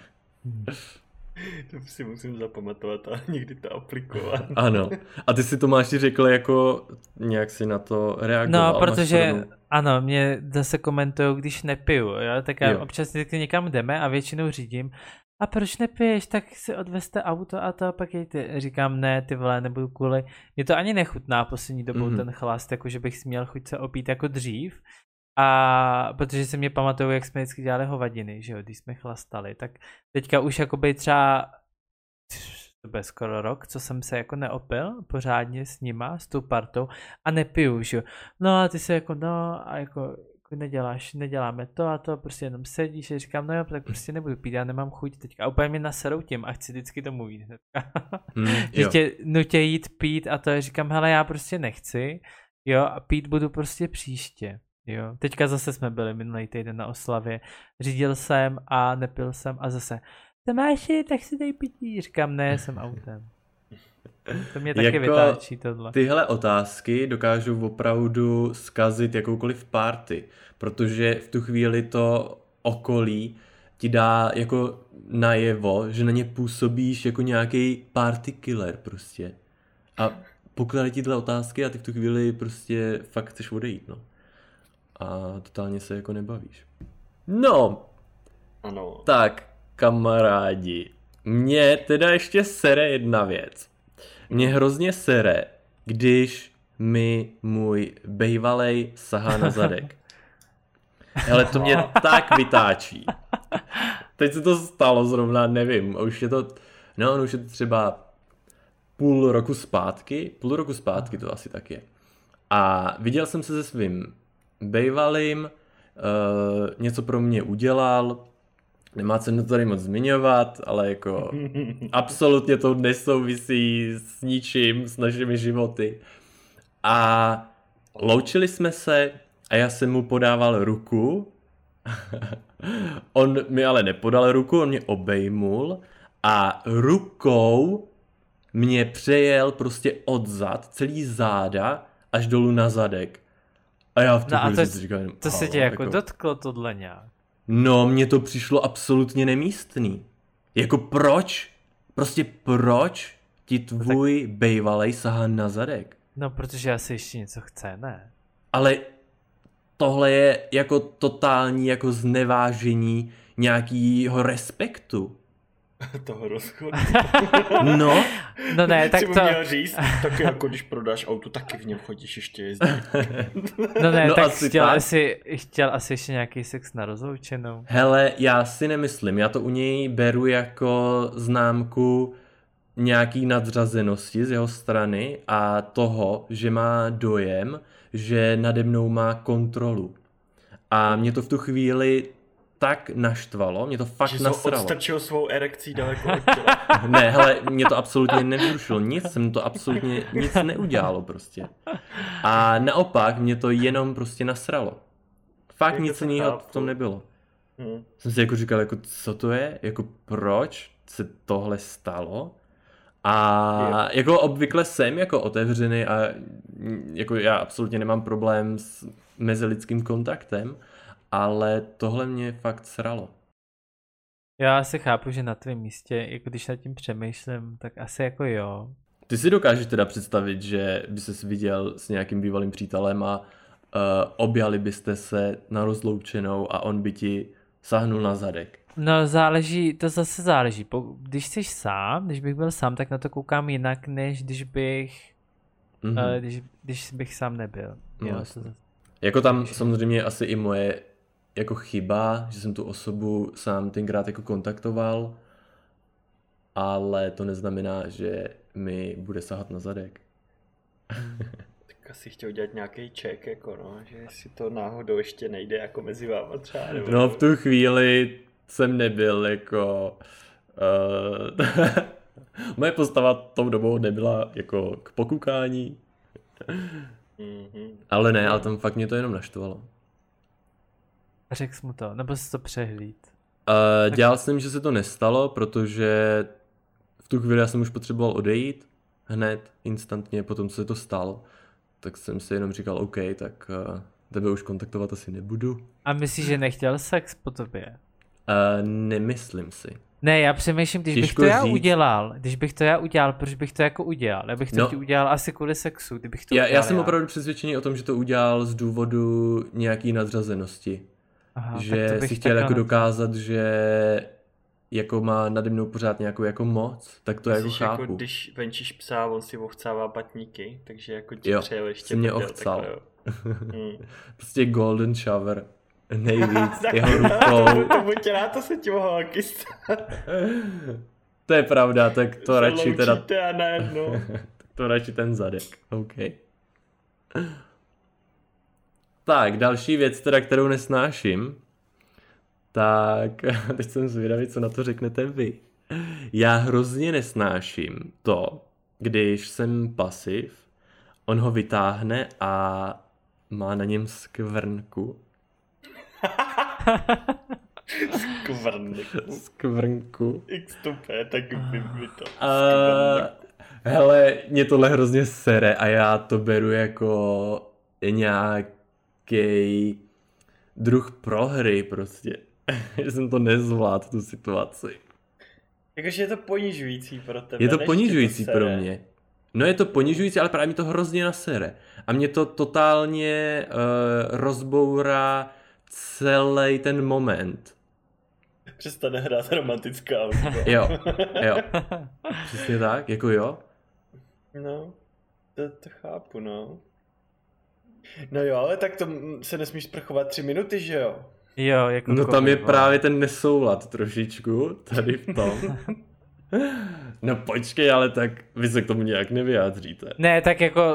B: To si musím zapamatovat a někdy to aplikovat.
A: Ano. A ty si Tomáši řekl jako, nějak si na to reagoval.
C: No,
A: máš
C: protože
A: podobnou-
C: ano, mě zase komentují, když nepiju, jo, tak já
A: Jo.
C: občas vždycky někam jdeme a většinou řídím. A proč nepiješ, tak si odvezte auto a to pak jejte. Říkám, ne, ty vole, nebudu kvůli. Mě to ani nechutná poslední dobou
A: Mhm.
C: mm-hmm. ten chlast, jako že bych si měl chuť se opít jako dřív. A protože si mě pamatuju, jak jsme vždycky dělali hovadiny, že jo, když jsme chlastali, tak teďka už jakoby třeba to bude skoro rok, co jsem se jako neopil pořádně s nima, s tou partou a nepiju, že jo. No a ty se jako, no a jako, jako neděláš, neděláme to a to, prostě jenom sedíš a říkám, no jo, tak prostě nebudu pít, já nemám chuť teďka. A úplně mi naserou tím a chci vždycky to mluvit hnedka.
A: Hmm,
C: Že
A: jo.
C: tě nutě jít pít a to říkám, hele, já prostě nechci, jo, a pít budu prostě příště. Jo, teďka zase jsme byli minulý týden na oslavě, řídil jsem a nepil jsem a zase Tomáši, tak si dej pití. Říkám, ne, jsem autem. To mě taky
A: Jako
C: vytáčí tohle.
A: Tyhle otázky dokážou opravdu zkazit jakoukoliv party, protože v tu chvíli to okolí ti dá jako najevo, že na ně působíš jako nějaký party killer prostě. A pokládají ti tyhle otázky a ty v tu chvíli prostě fakt chceš odejít, no. A totálně se jako nebavíš. No,
B: Ano.
A: tak kamarádi, mě teda ještě sere jedna věc. Mě hrozně sere, když mi můj bejvalej sahá na zadek. Hele, to mě tak vytáčí. Teď se to stalo zrovna, nevím, už je to, no, už je to třeba půl roku zpátky, půl roku zpátky to asi tak je. A viděl jsem se se svým bejvalým, uh, něco pro mě udělal, Nemá cenu to tady moc zmiňovat, ale jako absolutně to nesouvisí s ničím, s našimi životy. A loučili jsme se a já jsem mu podával ruku. On mi ale nepodal ruku, on mě obejmul a rukou mě přejel prostě odzad, celý záda, až dolů na zadek. A já v tu
C: No a to,
A: si říkám,
C: to se tě jako, jako dotklo tohle nějak?
A: No, mně to přišlo absolutně nemístný. Jako proč? Prostě proč ti tvůj no tak... bejvalej sahá na zadek?
C: No, protože asi ještě něco chce, ne?
A: Ale tohle je jako totální jako znevážení nějakýho respektu.
B: Toho rozchodu.
A: No.
C: No ne, tak
B: si
C: to...
B: mu měl říct, taky jako když prodáš auto, taky v něm chodíš ještě jezdit.
C: No ne,
A: no
C: tak
A: asi
C: chtěl,
A: tak.
C: Asi, chtěl asi ještě nějaký sex na rozloučenou.
A: Hele, já si nemyslím, já to u něj beru jako známku nějaký nadřazenosti z jeho strany a toho, že má dojem, že nade mnou má kontrolu. A mě to v tu chvíli tak naštvalo, mě to fakt
B: že
A: nasralo.
B: Že odstrčil svou erekcí daleko od těla.
A: Ne, hele, mě to absolutně nevzrušilo, nic jsem to absolutně, nic neudělalo prostě. A naopak mě to jenom prostě nasralo. Fakt
B: Jak
A: nic jiného v tom nebylo.
B: Hmm.
A: Jsem si jako říkal, jako co to je, jako proč se tohle stalo? A je. Jako obvykle jsem jako otevřený a jako já absolutně nemám problém s mezilidským kontaktem, ale tohle mě fakt sralo.
C: Já asi chápu, že na tvém místě, jako když nad tím přemýšlím, tak asi jako jo.
A: Ty si dokážeš teda představit, že by ses viděl s nějakým bývalým přítelem a uh, objali byste se na rozloučenou a on by ti sáhnul na zadek?
C: No záleží, to zase záleží. Když jsi sám, když bych byl sám, tak na to koukám jinak, než když bych, mm-hmm. uh, když, když bych sám nebyl.
A: No,
C: jo,
A: jasně.
C: to...
A: Jako tam samozřejmě asi i moje jako chyba, že jsem tu osobu sám tenkrát jako kontaktoval, ale to neznamená, že mi bude sahat na zadek.
B: Tak asi chtěl dělat nějaký check, jako no, že si to náhodou ještě nejde jako mezi váma třeba. Nebo
A: no v tu chvíli jsem nebyl jako... Uh, moje postava tou dobou nebyla jako k pokukání.
B: Mm-hmm.
A: Ale ne, ale tam fakt mě to jenom naštvalo.
C: Řekl jsi mu to, nebo jsi to přehlíd?
A: Uh, dělal jsem, že se to nestalo, protože v tu chvíli já jsem už potřeboval odejít hned, instantně, potom co se to stalo. Tak jsem si jenom říkal, OK, tak uh, tebe už kontaktovat asi nebudu.
C: A myslíš, že nechtěl sex po tobě?
A: Uh, nemyslím si.
C: Ne, já přemýšlím, když
A: Těžko
C: bych to já
A: říct.
C: udělal, když bych to já udělal, proč bych to jako udělal? Já bych to
A: No.
C: ti udělal asi kvůli sexu, kdybych to
A: Já,
C: udělal
A: já jsem opravdu přesvědčený o tom, že to udělal z důvodu nějaký nadřazenosti.
C: Aha,
A: že si chtěl jako dokázat, že jako má nade mnou pořád nějakou jako moc, tak to jako chápu.
B: Jako když venčíš psa, on si ochcává patníky, takže jako ti
A: jo,
B: přejel ještě
A: si mě
B: prdel,
A: ochcal.
B: hmm.
A: Prostě golden shower. Nejvíc jeho rukou.
B: To buď rád, to se ti mohlo taky stát.
A: To je pravda, tak to
B: se
A: radši teda...
B: a najednou.
A: Tak to radši ten zadek, OK. Tak, další věc teda, kterou nesnáším, tak teď jsem zvědavý, co na to řeknete vy. Já hrozně nesnáším to, když jsem pasiv, on ho vytáhne a má na něm skvrnku.
B: Skvrnku.
A: Skvrnku.
B: X to P, tak by mi to.
A: Uh, hele, mě tohle hrozně sere a já to beru jako nějaký druh prohry prostě. Že jsem to nezvládl, tu situaci.
B: Jakože je to ponižující pro tebe.
A: Je to ponižující to pro mě. No je to ponižující, ale právě mi to hrozně nasere. A mě to totálně uh, rozbourá celý ten moment.
B: Přestane hrát romantická hudba.
A: Jo, jo. Přesně tak, jako jo.
B: No, to, to chápu, no. No jo, ale tak to se nesmíš sprchovat tři minuty, že jo?
C: Jo, jako
A: no tam je právě ten nesoulad trošičku, tady v tom. No počkej, ale tak vy se k tomu nějak nevyjádříte.
C: Ne, tak jako,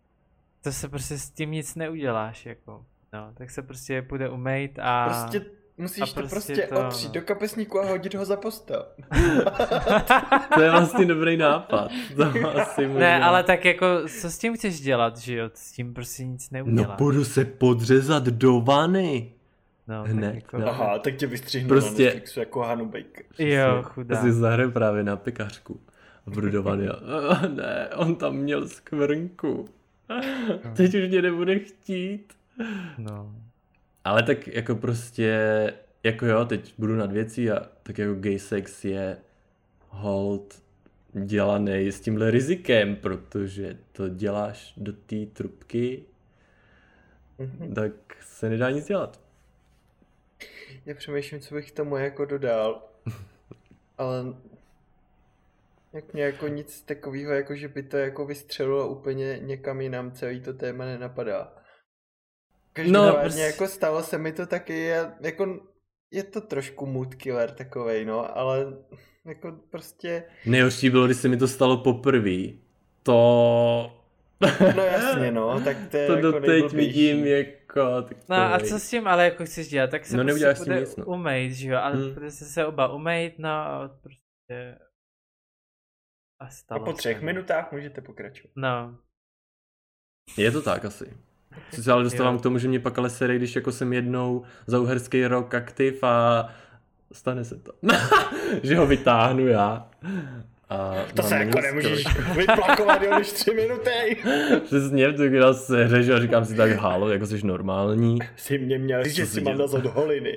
C: to se prostě s tím nic neuděláš, jako. No, tak se prostě půjde umýt a...
B: Prostě Musíš
C: A
B: to
C: prostě
B: prostě
C: to-
B: otřít do kapesníku a hodit ho za postel.
A: To je vlastně dobrý nápad. To asi možná...
C: Ne, ale tak jako, co s tím chceš dělat, že jo? S tím prostě nic
A: No
C: neuděláš.
A: půjdu se podřezat do vany.
C: No,
A: hned,
C: tak jako...
A: no.
B: Aha, tak tě vystřihnu
A: Prostě-
B: na Netflixu jako Hanu Baker.
C: Jo, chudá.
A: Já si zahraju právě na pekařku. A budu do vany a... "Ah, ne, on tam měl skvrnku. Teď už mě nebude chtít.
C: No.
A: Ale tak jako prostě, jako jo, teď budu nad věcí a tak jako gay sex je hold dělaný s tímhle rizikem, protože to děláš do té trubky,
B: Mhm.
A: tak se nedá nic dělat.
B: Já přemýšlím, co bych tomu jako dodal. Ale jak mě jako nic takového, jako že by to jako vystřelilo úplně někam jinam, celý to téma nenapadá. Každopádně
A: prostě-
B: jako stalo se mi to taky, já, jako je to trošku mood killer takovej, no, ale jako prostě,
A: Nejhorší bylo, když se mi to stalo poprvé. To...
B: no jasně, no, tak to je
A: to
B: jako
A: doteď
B: nejblbější.
A: vidím jako...
C: No a co s tím ale jako chceš dělat, tak se
A: No,
C: prostě
A: neuděláš s tím
C: bude
A: nic, no.
C: umejt, že jo, ale
A: Hmm.
C: prostě se oba umejt, no a prostě... A
B: A
C: stalo
B: po třech
C: se.
B: minutách můžete pokračovat.
C: No,
A: Je to tak asi. Co se ale dostávám
C: Jo.
A: k tomu, že mě pak ale sere, když jako jsem jednou za uherský rok aktiv a stane se to. Že ho vytáhnu já. A
B: To
A: mám
B: se
A: na
B: jako
A: něj
B: nemůžeš
A: skoro-
B: vyplakovat jo, než tři minuty.
A: Přesně, to když se řežu a říkám si tak, halo, jako jsi normální.
B: Jsi mě měl říct, že
A: Co
B: si
A: se
B: mám
A: děje?
B: nazvat holiny.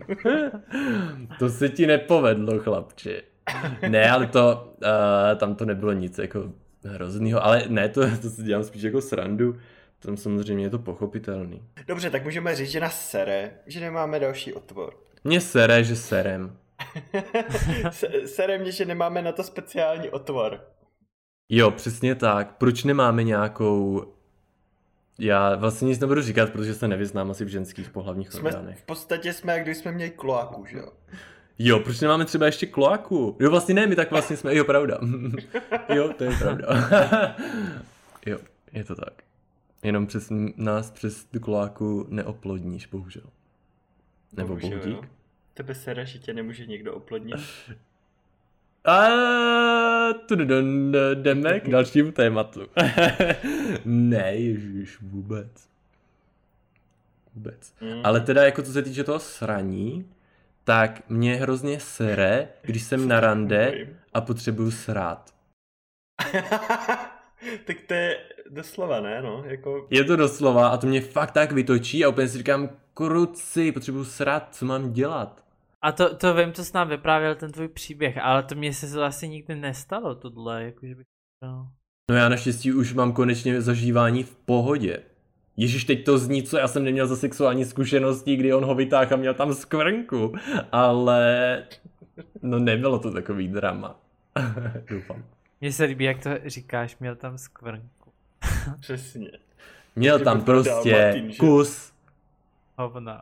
A: To se ti nepovedlo, chlapče. Ne, ale to, uh, tam to nebylo nic jako hroznýho, ale ne, to, to si dělám spíš jako srandu. Tam samozřejmě je to pochopitelný.
B: Dobře, tak můžeme říct, že nás sere, že nemáme další otvor.
A: Mě sere, že serem.
B: Se- Sere mě, že nemáme na to speciální otvor.
A: Jo, přesně tak. Proč nemáme nějakou... Já vlastně nic nebudu říkat, protože se nevyznám asi v ženských pohlavních
B: Jsme,
A: orgánech.
B: v podstatě jsme, jak když jsme měli kloaku, že jo?
A: Jo, proč nemáme třeba ještě kloaku? Jo, vlastně ne, my tak vlastně jsme... Jo, pravda. Jo, to je pravda. Jo, je to tak. Jenom přes nás přes tu kloaku neoplodníš, bohužel. Nebo
B: Bohužel,
A: bohudík.
B: jo. Tebe sere, že tě nemůže někdo oplodnit.
A: A tu jdeme k dalšímu tématu. Ne, ježiš, vůbec. Vůbec.
B: Mm.
A: Ale teda jako co se týče toho sraní, tak mě hrozně sere, když jsem na rande
B: Bojím.
A: a potřebuju srát.
B: Tak to je doslova, ne, no, jako...
A: Je to doslova a to mě fakt tak vytočí a úplně si říkám, kruci, potřebuju srát, co mám dělat?
C: a to, to vím, co jsi nám vyprávěl ten tvůj příběh, ale to mně se vlastně nikdy nestalo tohle, jakože bych... No.
A: No já naštěstí už mám konečně zažívání v pohodě. Ježiš, teď to zní, co já jsem neměl za sexuální zkušenosti, kdy on ho vytáhl a měl tam skvrnku, ale no nebylo to takový drama. Doufám.
C: Mně se líbí, jak to říkáš, měl tam skvrnku.
B: Přesně.
A: Měl
B: Kdyby
A: tam
B: prodal
A: prostě
B: Martin, že?
A: kus,
C: Hovna.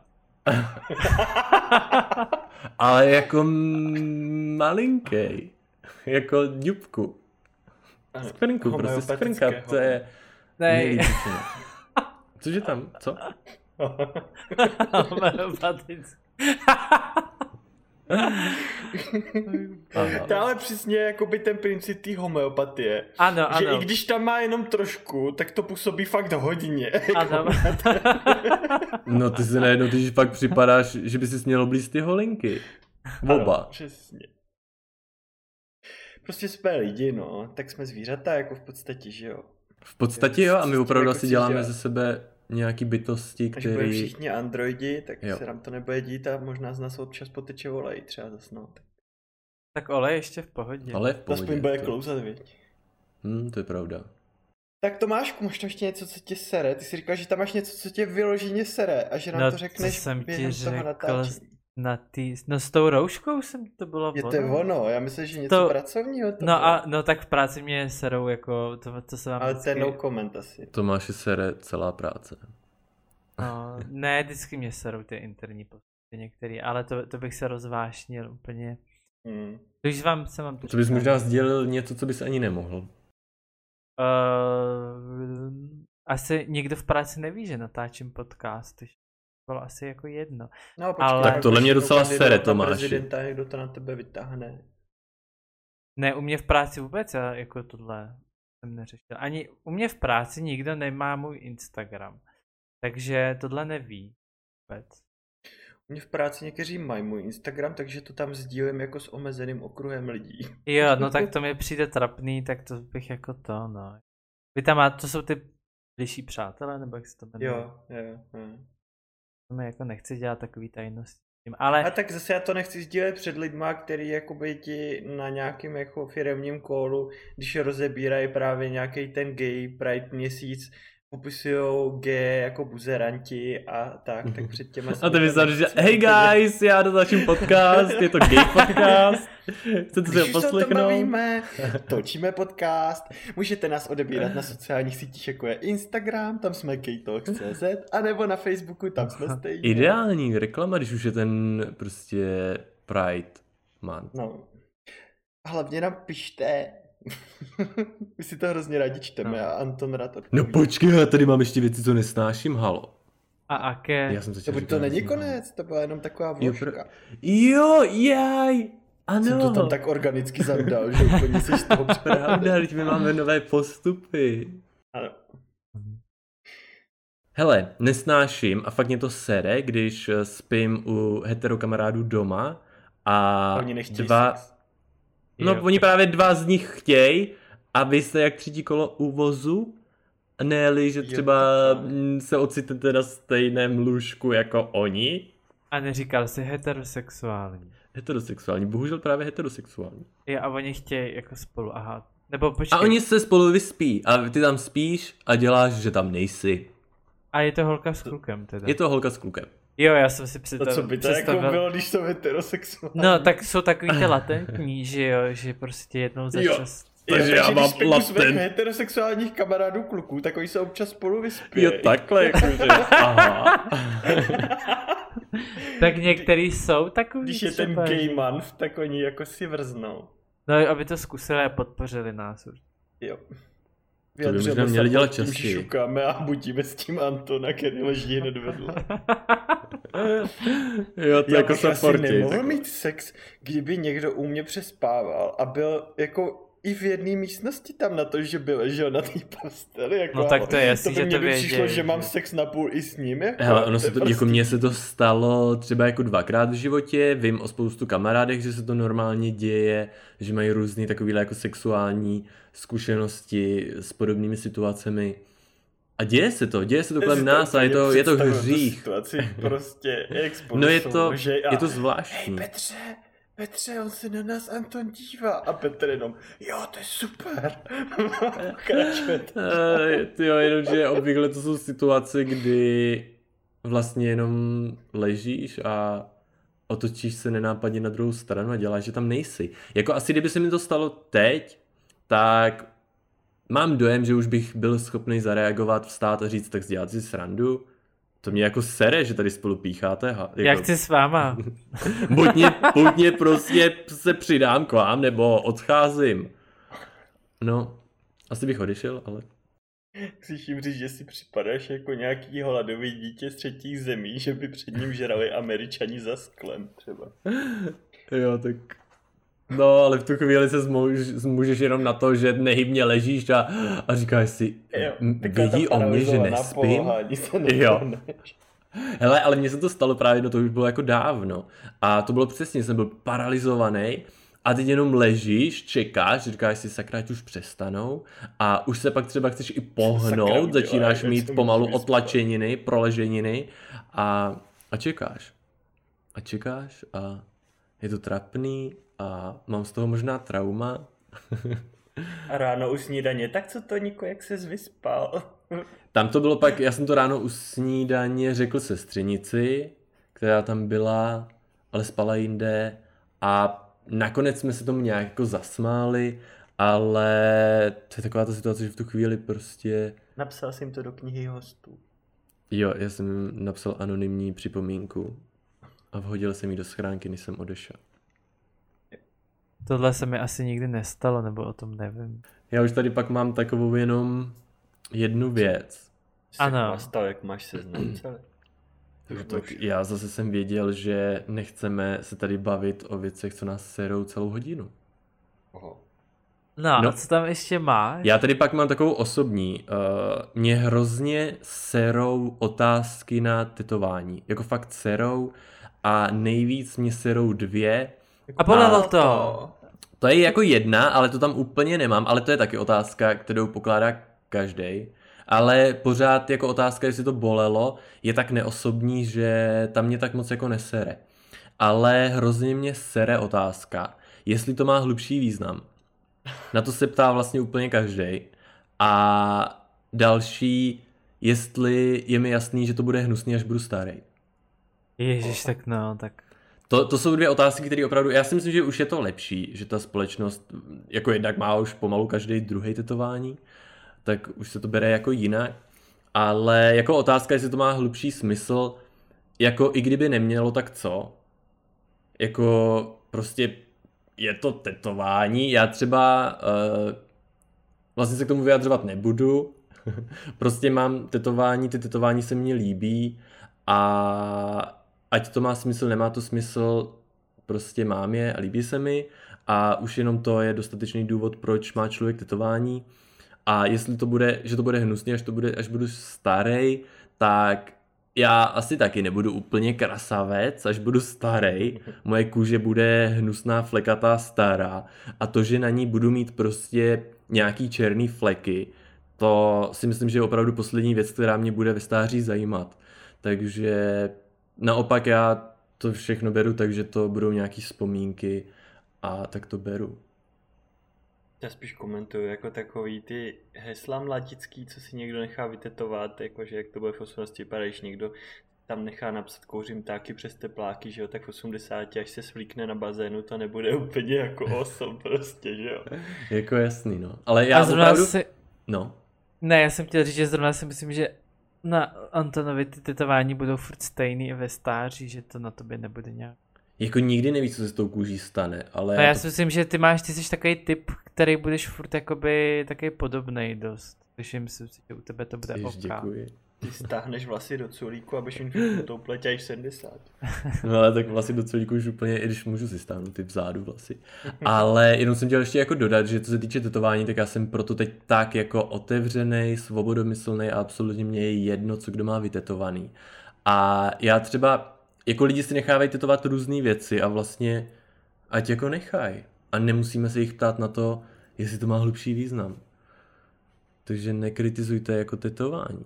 A: ale jako m- malinkej, jako ďubku.
B: Ano,
A: Skvrnku, prostě
B: homeopatické
A: skvrnka, to je
C: Nej.
A: nejlíp. Cože tam, co?
C: Homeopatický.
A: Aha.
B: To je ale přesně jakoby ten princip té homeopatie.
C: Ano,
B: Že
C: ano.
B: i když tam má jenom trošku, tak to působí fakt hodně.
C: Ano.
A: No ty si najednou, když pak připadáš, že by si měl oblízt ty holinky.
B: Ano,
A: Oba.
B: přesně. Prostě jsme lidi, no, tak jsme zvířata, jako v podstatě, že jo.
A: V podstatě jo, a my
B: Co s tím
A: opravdu
B: jako
A: asi
B: chceš
A: děláme
B: dělat?
A: ze sebe nějaký bytosti,
B: Až budeme
A: který...
B: všichni androidi, tak
A: Jo.
B: se nám to nebude dít a možná z nás občas poteče olej třeba zas, no.
C: Tak olej ještě v pohodě.
A: Ale v
B: Aspoň
A: pohodě.
B: bude
A: to-
B: klouzat, viď.
A: Hm, to je pravda.
B: Tak Tomášku, máš tam ještě něco, co tě sere? Ty jsi říkal, že tam máš něco, co tě vyloženě sere a že nám
C: No,
B: to
C: co
B: řekneš
C: jsem ti
B: během toho
C: řekl
B: natáčení.
C: Na tý... No s tou rouškou jsem to bylo
B: Je to je
C: ono.
B: ono, já myslím, že něco
C: To-
B: pracovního to
C: No
B: bylo.
C: a no tak v práci mě serou jako to, co se vám
B: Ale to je
C: vždycky...
B: no comment asi.
A: Tomáši sere celá práce.
C: No, ne, vždycky mě serou ty interní postupy některý, ale to, to bych se rozvášnil úplně.
B: Hmm.
C: Když vám se vám to
A: To bys
C: říkal.
A: možná sdělil něco, co bys ani nemohl.
C: Uh, asi nikdo v práci neví, že natáčím podcast. bylo asi jako jedno.
B: No, počkej,
C: Ale-
A: Tak tohle mě docela
B: kandidovat
A: sere,
B: na
A: Tomáši.
B: prezidenta, někdo to na tebe vytáhne.
C: Ne, u mě v práci vůbec, já jako tohle jsem neřešil. Ani u mě v práci nikdo nemá můj Instagram. Takže tohle neví vůbec.
B: U mě v práci někteří mají můj Instagram, takže to tam sdílím jako s omezeným okruhem lidí.
C: Jo, no tak to mi přijde trapný, tak to bych jako to, no. Vy tam máte, to jsou ty bližší přátelé, nebo jak se to jmenuje?
B: Jo, jo, jo.
C: To mi jako nechci dělat takový tajnosti. Ale
B: A tak zase já to nechci sdílet před lidma, který jakoby ti na nějakým jako firemním kólu, když rozebírají právě nějaký ten gay pride měsíc, popisujou gay jako buzeranti a tak, tak před těma...
A: A ty myslíš, že
B: nechci
A: hej
B: úplně-
A: guys, já dotačím podcast, je to gay podcast, chcete si
B: Když
A: ho
B: už se o tom
A: poslechnout?
B: bavíme, točíme podcast, můžete nás odebírat na sociálních sítích, jako je Instagram, tam jsme gaytalk tečka cé zet, anebo na Facebooku, tam jsme stejně.
A: Ideální reklama, když už je ten prostě Pride month.
B: No. A hlavně nám pište. My si to hrozně rádi čteme
C: No.
B: a Anton rád
A: No
B: odpoví.
A: počkej, já tady mám ještě věci, co nesnáším, halo.
C: a aké?
A: Já jsem
B: To,
A: začal
B: to
A: říkat,
B: není
A: že-
B: konec, to byla jenom taková
A: Jo,
B: vložka.
A: pro- Jo, jaj, ano.
B: Jsem to tam tak organicky zandal, že úplně jsi z toho
A: Pravda, teď my máme nové postupy.
B: Ano.
A: Hele, nesnáším a fakt mě to sere, když eh, spím u heterokamarádů doma a
B: Oni nechtějí
A: dva...
B: sex.
A: No,
C: Jo,
A: oni právě dva z nich chtějí a vy jste jak třetí kolo u vozu, ne-li, že
B: Jo,
A: třeba
B: takhle.
A: mm, se ocitnete na stejném lůžku jako oni.
C: A neříkal jsi heterosexuální.
A: Heterosexuální, bohužel právě heterosexuální.
C: Jo, a oni chtějí jako spolu, aha. Nebo
A: A
C: počkej.
A: oni se spolu vyspí a ty tam spíš a děláš, že tam nejsi.
C: A je to holka s klukem teda.
A: Je to holka s klukem.
C: Jo, já jsem si
B: To
C: představil.
B: co by to jako bylo, když jsou heterosexuální?
C: No, tak jsou takový ty latentní, že jo, že prostě jednou za
A: Jo.
C: čas.
B: Jo,
A: Takže já
B: když
A: mám
B: spím u svých
A: latent.
B: heterosexuálních kamarádů kluků, tak oni se občas spolu vyspí.
A: Jo, takhle, jakože, aha.
C: Tak některý jsou takový
B: Když je ten
C: třeba,
B: gay
C: že-
B: month, tak oni jako si vrznou.
C: No, aby to zkusili a podpořili nás.
B: Jo.
A: by možná měli
B: support
A: dělat
B: tím, že
A: častěji.
B: šukáme a budíme s tím Antona, který leží hned vedle.
A: Jo, to
B: Já
A: jako
B: bych asi
A: supporti.
B: nemohl mít sex, kdyby někdo u mě přespával a byl jako i v jedné místnosti tam na to, že by ležel na té posteli. Jako,
C: No tak to je jasný,
B: to by
C: že
B: mě
C: to
B: by přišlo,
C: vědějí,
B: že mám
C: že-
B: sex na půl i s ním. Jako,
A: Hele, ono
B: je
A: se to,
B: prostě-
A: jako mně se to stalo třeba jako dvakrát v životě, vím o spoustu kamarádech, že se to normálně děje, že mají různý takovýhle jako sexuální zkušenosti s podobnými situacemi. A děje se to, děje se to
B: Já
A: kolem
B: si
A: nás a je to, je to
B: představuju tu
A: hřích.
B: situaci prostě, jak spolu
A: No je
B: jsou
A: to,
B: nože a-
A: je to
B: Hej
A: zvláštní.
B: Petře, Petře, on se na nás Anton dívá. A Petr jenom, jo, to je super. Pokračuje to.
A: Eh, Jo, jenomže obvykle to jsou situace, kdy vlastně jenom ležíš a otočíš se nenápadně na druhou stranu a děláš, že tam nejsi. Jako asi kdyby se mi to stalo teď, tak mám dojem, že už bych byl schopný zareagovat, vstát a říct, tak dělat si srandu. To mě jako sere, že tady spolu pícháte. Ha, jako,
C: Já chci s váma.
A: buď, mě, buď mě prostě se přidám k vám, nebo odcházím. No, asi bych odešel, ale...
B: Chceš jim říct, že si připadáš jako nějaký hladový dítě z třetích zemí, že by před ním žrali Američani za sklem třeba.
A: Jo, tak... No, ale v tu chvíli se zmůž, zmůžeš jenom na to, že nehybně ležíš a, a říkáš si,
B: Jo,
A: "M,
B: taková
A: vědí
B: ta
A: o mě, že
B: paralizovaná
A: nespím?
B: poloha, ani se
A: Jo.
B: nedohneš.
A: Hele, ale mně se to stalo právě, no to už bylo jako dávno. A to bylo přesně, jsem byl paralizovaný a teď jenom ležíš, čekáš, říkáš si, sakra, ať už přestanou a už se pak třeba chceš i pohnout,
B: Sakra udělá,
A: začínáš
B: jak
A: mít
B: se
A: pomalu
B: můžu vyspat.
A: otlačeniny, proleženiny a, a čekáš. A čekáš a je to trapný a mám z toho možná trauma.
B: A ráno u snídaně, tak co to Niko, jak ses vyspal?
A: Tam to bylo pak, já jsem to ráno u snídaně řekl sestřenici, která tam byla, ale spala jinde a nakonec jsme se tomu nějak jako zasmáli, ale to je taková ta situace, že v tu chvíli prostě,
B: Napsal jsem to do knihy hostů.
A: jo, já jsem napsal anonymní připomínku a vhodil jsem ji do schránky, než jsem odešel.
C: Tohle se mi asi nikdy nestalo, nebo o tom nevím.
A: Já už tady pak mám takovou jenom jednu věc.
C: Ano.
B: Ano. Stal, jak máš seznam celý.
A: No tak já zase jsem věděl, že nechceme se tady bavit o věcech, co nás serou celou hodinu.
B: Oho.
C: No,
A: No.
C: a co tam ještě máš?
A: Já tady pak mám takovou osobní. Uh, mě hrozně serou otázky na tetování. Jako fakt serou. A nejvíc mě serou dvě.
C: A bolelo to.
A: To je jako jedna, ale to tam úplně nemám. Ale to je taky otázka, kterou pokládá každej. Ale pořád jako otázka, jestli to bolelo, je tak neosobní, že tam mě tak moc jako nesere. Ale hrozně mě sere otázka, jestli to má hlubší význam. Na to se ptá vlastně úplně každej. A další, jestli je mi jasný, že to bude hnusný, až budu starý.
C: Ježiš, tak no, tak...
A: To, to jsou dvě otázky, které opravdu, já si myslím, že už je to lepší, že ta společnost, jako jednak má už pomalu každý druhý tetování, tak už se to bere jako jinak. Ale jako otázka, jestli to má hlubší smysl, jako i kdyby nemělo, tak co? Jako prostě je to tetování, já třeba uh, vlastně se k tomu vyjadřovat nebudu, prostě mám tetování, ty tetování se mně líbí a ať to má smysl, nemá to smysl, prostě mám je a líbí se mi a už jenom to je dostatečný důvod, proč má člověk tetování a jestli to bude, že to bude hnusný, až, to bude, až budu starý, tak já asi taky nebudu úplně krasavec, až budu starý, moje kůže bude hnusná, flekatá, stará a to, že na ní budu mít prostě nějaký černý fleky, to si myslím, že je opravdu poslední věc, která mě bude ve stáří zajímat. Takže naopak já to všechno beru, takže to budou nějaký vzpomínky a tak to beru.
B: Já spíš komentuju jako takový ty hesla mladický, co si někdo nechá vytetovat, jakože jak to bude v osmnácti vypadá, když někdo tam nechá napsat kouřím táky přes tepláky, že jo, tak v osmdesáti, až se svlíkne na bazénu, to nebude úplně jako osom prostě, že jo.
A: Jako jasný, no. Ale já opravdu...
C: Si...
A: No.
C: Ne, já jsem chtěl říct, že zrovna si myslím, že na Antonovi ty tetování budou furt stejný i ve stáří, že to na tobě nebude nějak.
A: Jako nikdy nevíš, co se s tou kůží stane, ale...
C: No já
A: to...
C: si myslím, že ty máš, ty jsi takový typ, který budeš furt jakoby takový podobnej dost. Takže myslím si, že u tebe to bude
A: Jež,
C: OK.
A: děkuji.
B: Ty stáhneš vlasy do culíku, abys jim tou pleť až sedmdesát.
A: No ale tak vlasy do culíku už úplně, i když můžu si stáhnout ty vzadu vlasy. Ale jenom jsem chtěl ještě jako dodat, že co se týče tetování, tak já jsem proto teď tak jako otevřenej, svobodomyslnej a absolutně mě je jedno, co kdo má vytetovaný. A já třeba, jako lidi si nechávají tetovat různé věci a vlastně ať jako nechaj. A nemusíme se jich ptát na to, jestli to má hlubší význam. Takže nekritizujte jako tetování.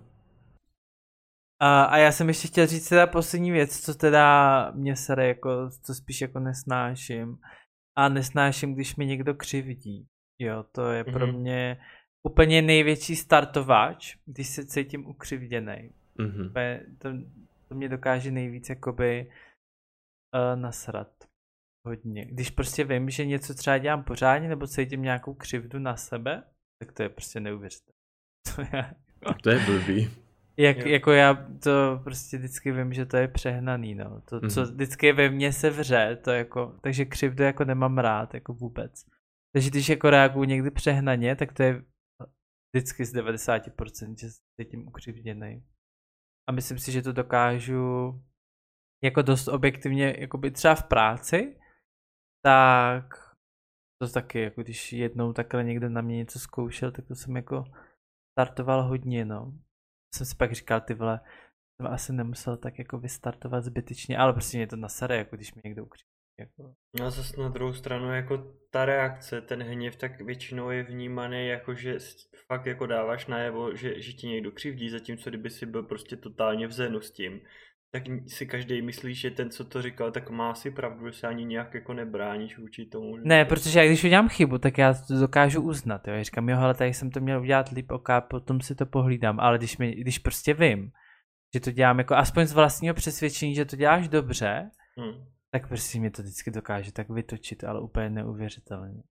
C: A, a já jsem ještě chtěl říct teda poslední věc, co teda mě sere, jako, co spíš jako nesnáším. A nesnáším, když mi někdo křivdí. Jo, to je mm-hmm. pro mě úplně největší startovač, když se cítím ukřivděnej. Mm-hmm. To, to mě dokáže nejvíc jakoby uh, nasrat. Hodně. Když prostě vím, že něco třeba dělám pořádně, nebo cítím nějakou křivdu na sebe, tak to je prostě neuvěřitelné. To je,
A: to je blbý.
C: Jak, jako já to prostě vždycky vím, že to je přehnaný, no. To, mm-hmm. co vždycky ve mně se vře, to jako, takže křivdu jako nemám rád, jako vůbec. Takže když jako reaguju někdy přehnaně, tak to je vždycky z devadesát procent, že se tím ukřivděnej. A myslím si, že to dokážu jako dost objektivně, jakoby třeba v práci, tak to taky, jako když jednou takhle někdo na mě něco zkoušel, tak to jsem jako startoval hodně, no. Jsem si pak říkal, ty vole, jsem asi nemusel tak jako vystartovat zbytečně, ale prostě mě to nasere, jako když mi někdo ukřivdí. Jako.
B: No a zase na druhou stranu, jako ta reakce, ten hněv, tak většinou je vnímaný jako, že fakt jako dáváš najevo, že, že ti někdo křivdí, zatímco kdyby si byl prostě totálně v zenu s tím, tak si každý myslí, že ten, co to říkal, tak má si pravdu, že se ani nějak jako nebráníš vůči tomu.
C: Ne, protože já když udělám chybu, tak já to dokážu uznat, jo. Já říkám, jo, ale tady jsem to měl udělat líp, ok, potom si to pohlídám, ale když, mi, když prostě vím, že to dělám jako aspoň z vlastního přesvědčení, že to děláš dobře, hmm. tak prostě mě to vždycky dokáže tak vytočit, ale úplně neuvěřitelně.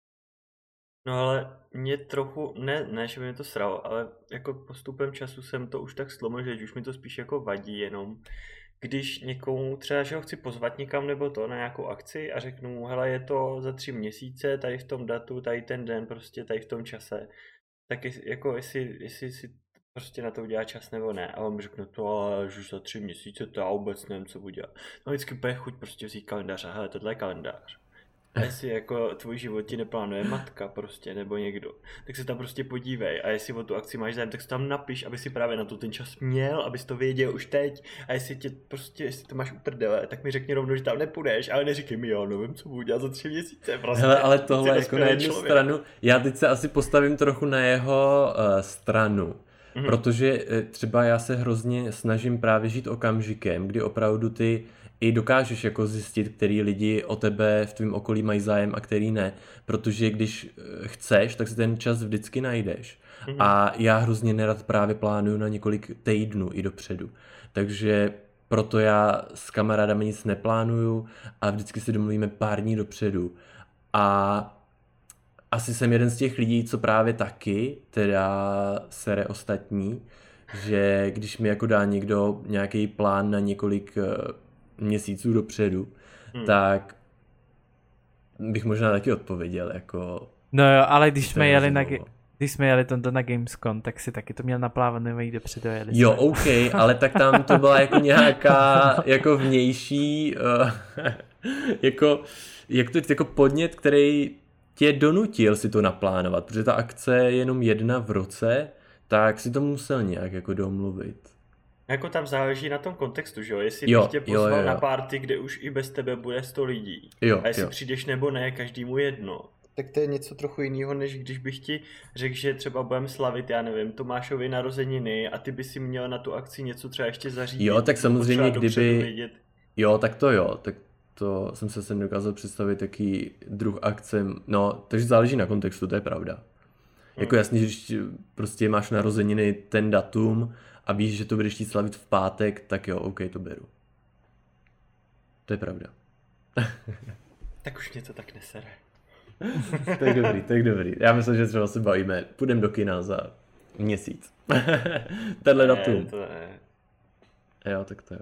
B: No ale mě trochu, ne, ne, že by mě to sralo, ale jako postupem času jsem to už tak slomil, že už mi to spíš jako vadí jenom, když někomu třeba, že ho chci pozvat někam nebo to na nějakou akci a řeknu mu, hele, je to za tři měsíce, tady v tom datu, tady ten den, prostě tady v tom čase, tak jako jestli, jestli si prostě na to udělá čas nebo ne. A on mi řekne, to ale už za tři měsíce, to já vůbec nevím, co udělat. No vždycky bude chuť prostě vzít kalendář a hele, tohle je kalendář. A jestli jako tvůj život ti neplánuje matka prostě, nebo někdo, tak se tam prostě podívej. A jestli o tu akci máš zájem, tak se tam napiš, aby si právě na to ten čas měl, abys to věděl už teď. A jestli tě prostě, jestli to máš uprdele, tak mi řekni rovnou, že tam nepůjdeš, ale neříkej mi, jo, nevím, co budu dělat za tři měsíce. Prostě.
A: Hele, ale tohle jako na jednu člověk. stranu, já teď se asi postavím trochu na jeho uh, stranu. Mm-hmm. Protože třeba já se hrozně snažím právě žít okamžikem, kdy opravdu ty i dokážeš jako zjistit, který lidi o tebe v tvém okolí mají zájem a který ne. Protože když chceš, tak si ten čas vždycky najdeš. Mm-hmm. A já hrozně nerad právě plánuju na několik týdnů i dopředu. Takže proto já s kamarádami nic neplánuju a vždycky si domluvíme pár dní dopředu. A asi jsem jeden z těch lidí, co právě taky teda sere ostatní, že když mi jako dá někdo nějaký plán na několik měsíců dopředu, hmm. tak bych možná taky odpověděl jako...
C: No jo, ale když jsme jeli na, když jsme jeli tomto na Gamescom, tak si taky to měl naplánované jít dopředu. Jeli
A: jo, OK, ale tak tam to byla jako nějaká jako vnější uh, jako, jak to jako podnět, který tě donutil si to naplánovat, protože ta akce je jenom jedna v roce, tak si to musel nějak jako domluvit.
B: Jako tam záleží na tom kontextu, že jo? Jestli jo, bych tě pozval jo, jo, jo. na party, kde už i bez tebe bude sto lidí.
A: Jo,
B: a jestli
A: jo.
B: přijdeš nebo ne, každému jedno. Tak to je něco trochu jiného, než když bych ti řekl, že třeba budeme slavit, já nevím, Tomášovi narozeniny a ty by si měl na tu akci něco třeba ještě zařídit.
A: Jo, tak samozřejmě, kdyby... Jo, tak to jo, tak to jsem se sem dokázal představit taký druh akce, no, takže záleží na kontextu, to je pravda. Hmm. Jako jasně, že když prostě máš narozeniny ten datum a víš, že to budeš chtít slavit v pátek, tak jo, OK, to beru. To je pravda.
B: Tak už mě to tak nesere.
A: Tak dobrý, tak dobrý. Já myslím, že třeba se bavíme, půjdeme do kina za měsíc. Tenhle
B: ne,
A: datum.
B: To ne.
A: Jo, tak to jo.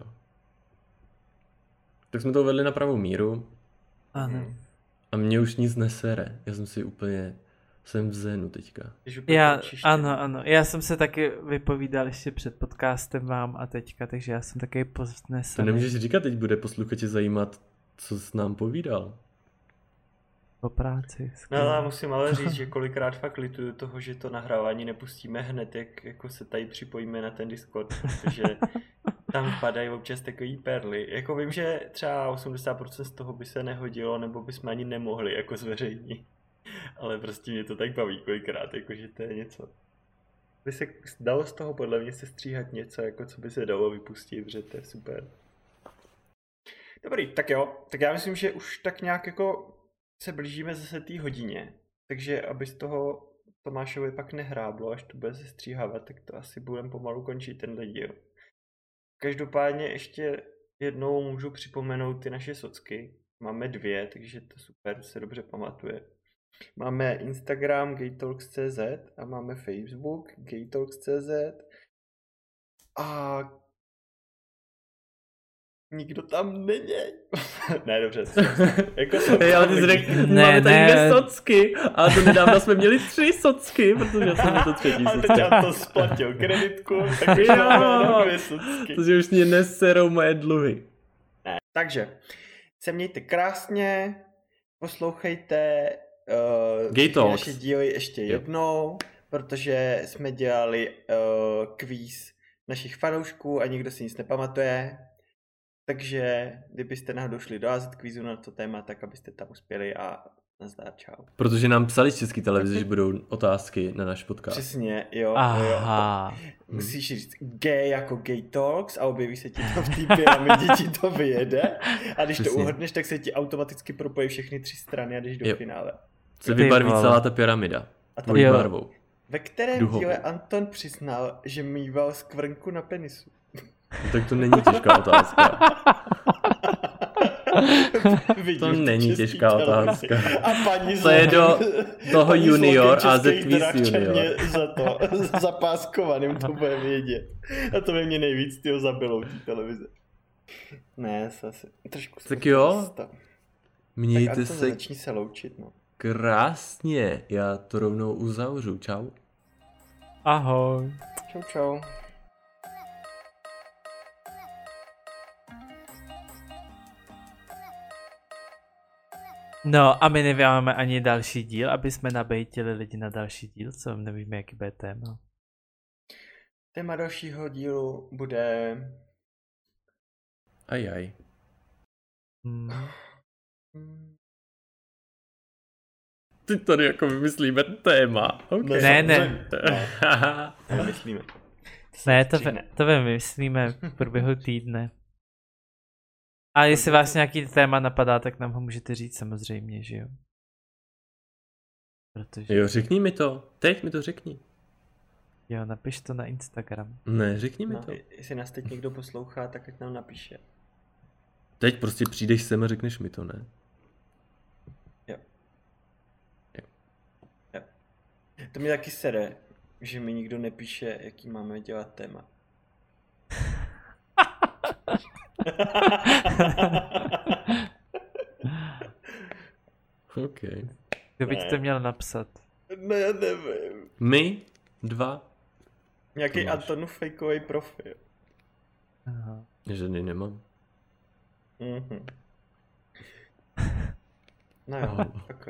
A: Tak jsme to uvedli na pravou míru.
C: Ano.
A: A mě už nic nesere. Já jsem si úplně... Jsem v zenu teďka.
C: Já, ano, ano. Já jsem se taky vypovídal ještě před podcastem vám a teďka, takže já jsem taky poznesený.
A: To nemůžeš říkat, teď bude posluchače zajímat, co jsi nám povídal.
C: Po práci.
B: No já musím ale říct, že kolikrát fakt lituju toho, že to nahrávání nepustíme hned, jak jako se tady připojíme na ten Discord, protože tam padají občas takový perly. Jako vím, že třeba osmdesát procent z toho by se nehodilo, nebo bychom ani nemohli jako zveřejnit. Ale prostě mě to tak baví kolikrát, jakože to je něco. By se dalo z toho podle mě se stříhat něco, jako co by se dalo vypustit, protože to je super. Dobrý, tak jo, tak já myslím, že už tak nějak jako se blížíme zase té hodině, takže aby z toho Tomášovi pak nehráblo, až to bude se stříhávat, tak to asi budeme pomalu končit tenhle díl. Každopádně ještě jednou můžu připomenout ty naše socky. Máme dvě, takže to super, se dobře pamatuje. Máme Instagram gaytalks tečka cz a máme Facebook gaytalks tečka cz a nikdo tam není. Ne, dobře. Jako
A: hey, ale ty jsi řekl, ne, máme tady ne. dvě socky a to nedávno jsme měli tři socky, protože já jsem to třetí socky.
B: A teď já to splatil kreditku, tak už máme dvě socky.
A: Takže už mě neserou moje dluhy.
B: Ne, takže se mějte krásně, poslouchejte Uh,
A: Gaytalks.
B: Naše díly ještě jednou, yep. Protože jsme dělali uh, kvíz našich fanoušků a nikdo si nic nepamatuje. Takže kdybyste náhodou šli doházet kvízu na to téma, tak abyste tam uspěli a nazdar, čau.
A: Protože nám psali z České televize, že budou otázky na náš podcast.
B: Přesně, jo.
C: Aha.
B: jo. Musíš říct gay jako gay talks a objeví se ti to v té pyramidě, ti to vyjede. A když Přesně. to uhodneš, tak se ti automaticky propojí všechny tři strany a jdeš do jo. finále.
A: Se vybarví celá ta pyramida. A to barvou.
B: Ve kterém Duhovou. díle Anton přiznal, že mýval skvrnku na penisu?
A: No, tak to není těžká otázka.
B: Vidíš,
A: to není těžká otázka.
B: A paní
A: to je do toho junior a ze Quiz junior.
B: Za to, za páskovaným to bude vědět. A to by mě nejvíc tyho zabilo v té televize. Ne, asi trošku.
A: Tak jo, mějte
B: tak
A: se.
B: Začni se loučit, no.
A: Krásně, já to rovnou uzavřu, čau.
C: Ahoj.
B: Čau, čau.
C: No a my nevěláme ani další díl, aby jsme nabejtili lidi na další díl, co nevíme, jaký bude téma.
B: Téma dalšího dílu bude...
A: Ajaj.
C: Hmm.
A: Ty tady jako vymyslíme téma. Okay.
C: Ne, ne.
B: No, myslíme.
C: Ne, to, ve, to vymyslíme v průběhu týdne. A jestli vás nějaký téma napadá, tak nám ho můžete říct samozřejmě, že jo? Protože...
A: Jo, řekni mi to. Teď mi to řekni.
C: Jo, napiš to na Instagram.
A: Ne, řekni mi
B: No,
A: to.
B: jestli nás teď někdo poslouchá, tak ať nám napíše.
A: Teď prostě přijdeš sem a řekneš mi to, ne?
B: Jo.
A: Jo.
B: Jo. To mě taky sere, že mi nikdo nepíše, jaký máme dělat téma.
A: OK.
C: Kdo by ti to měl napsat?
B: Ne, já nevím.
A: My dva?
B: Nějaký
A: To máš.
B: Antonův fejkový profil.
C: Aha.
A: Žádný nemám.
B: Mhm. No jo, tak jo.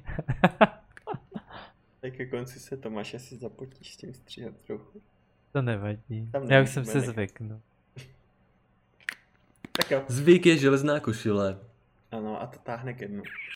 B: Tak ke konci se Tomáš asi zapotíš s tím stříhat trochu.
C: To nevadí.
B: Tam
C: Já už jsem se
B: nemůžeme
C: zvyknul.
B: Tak jo.
A: Zvyk je železná košile.
B: Ano, a to táhne ke dnu.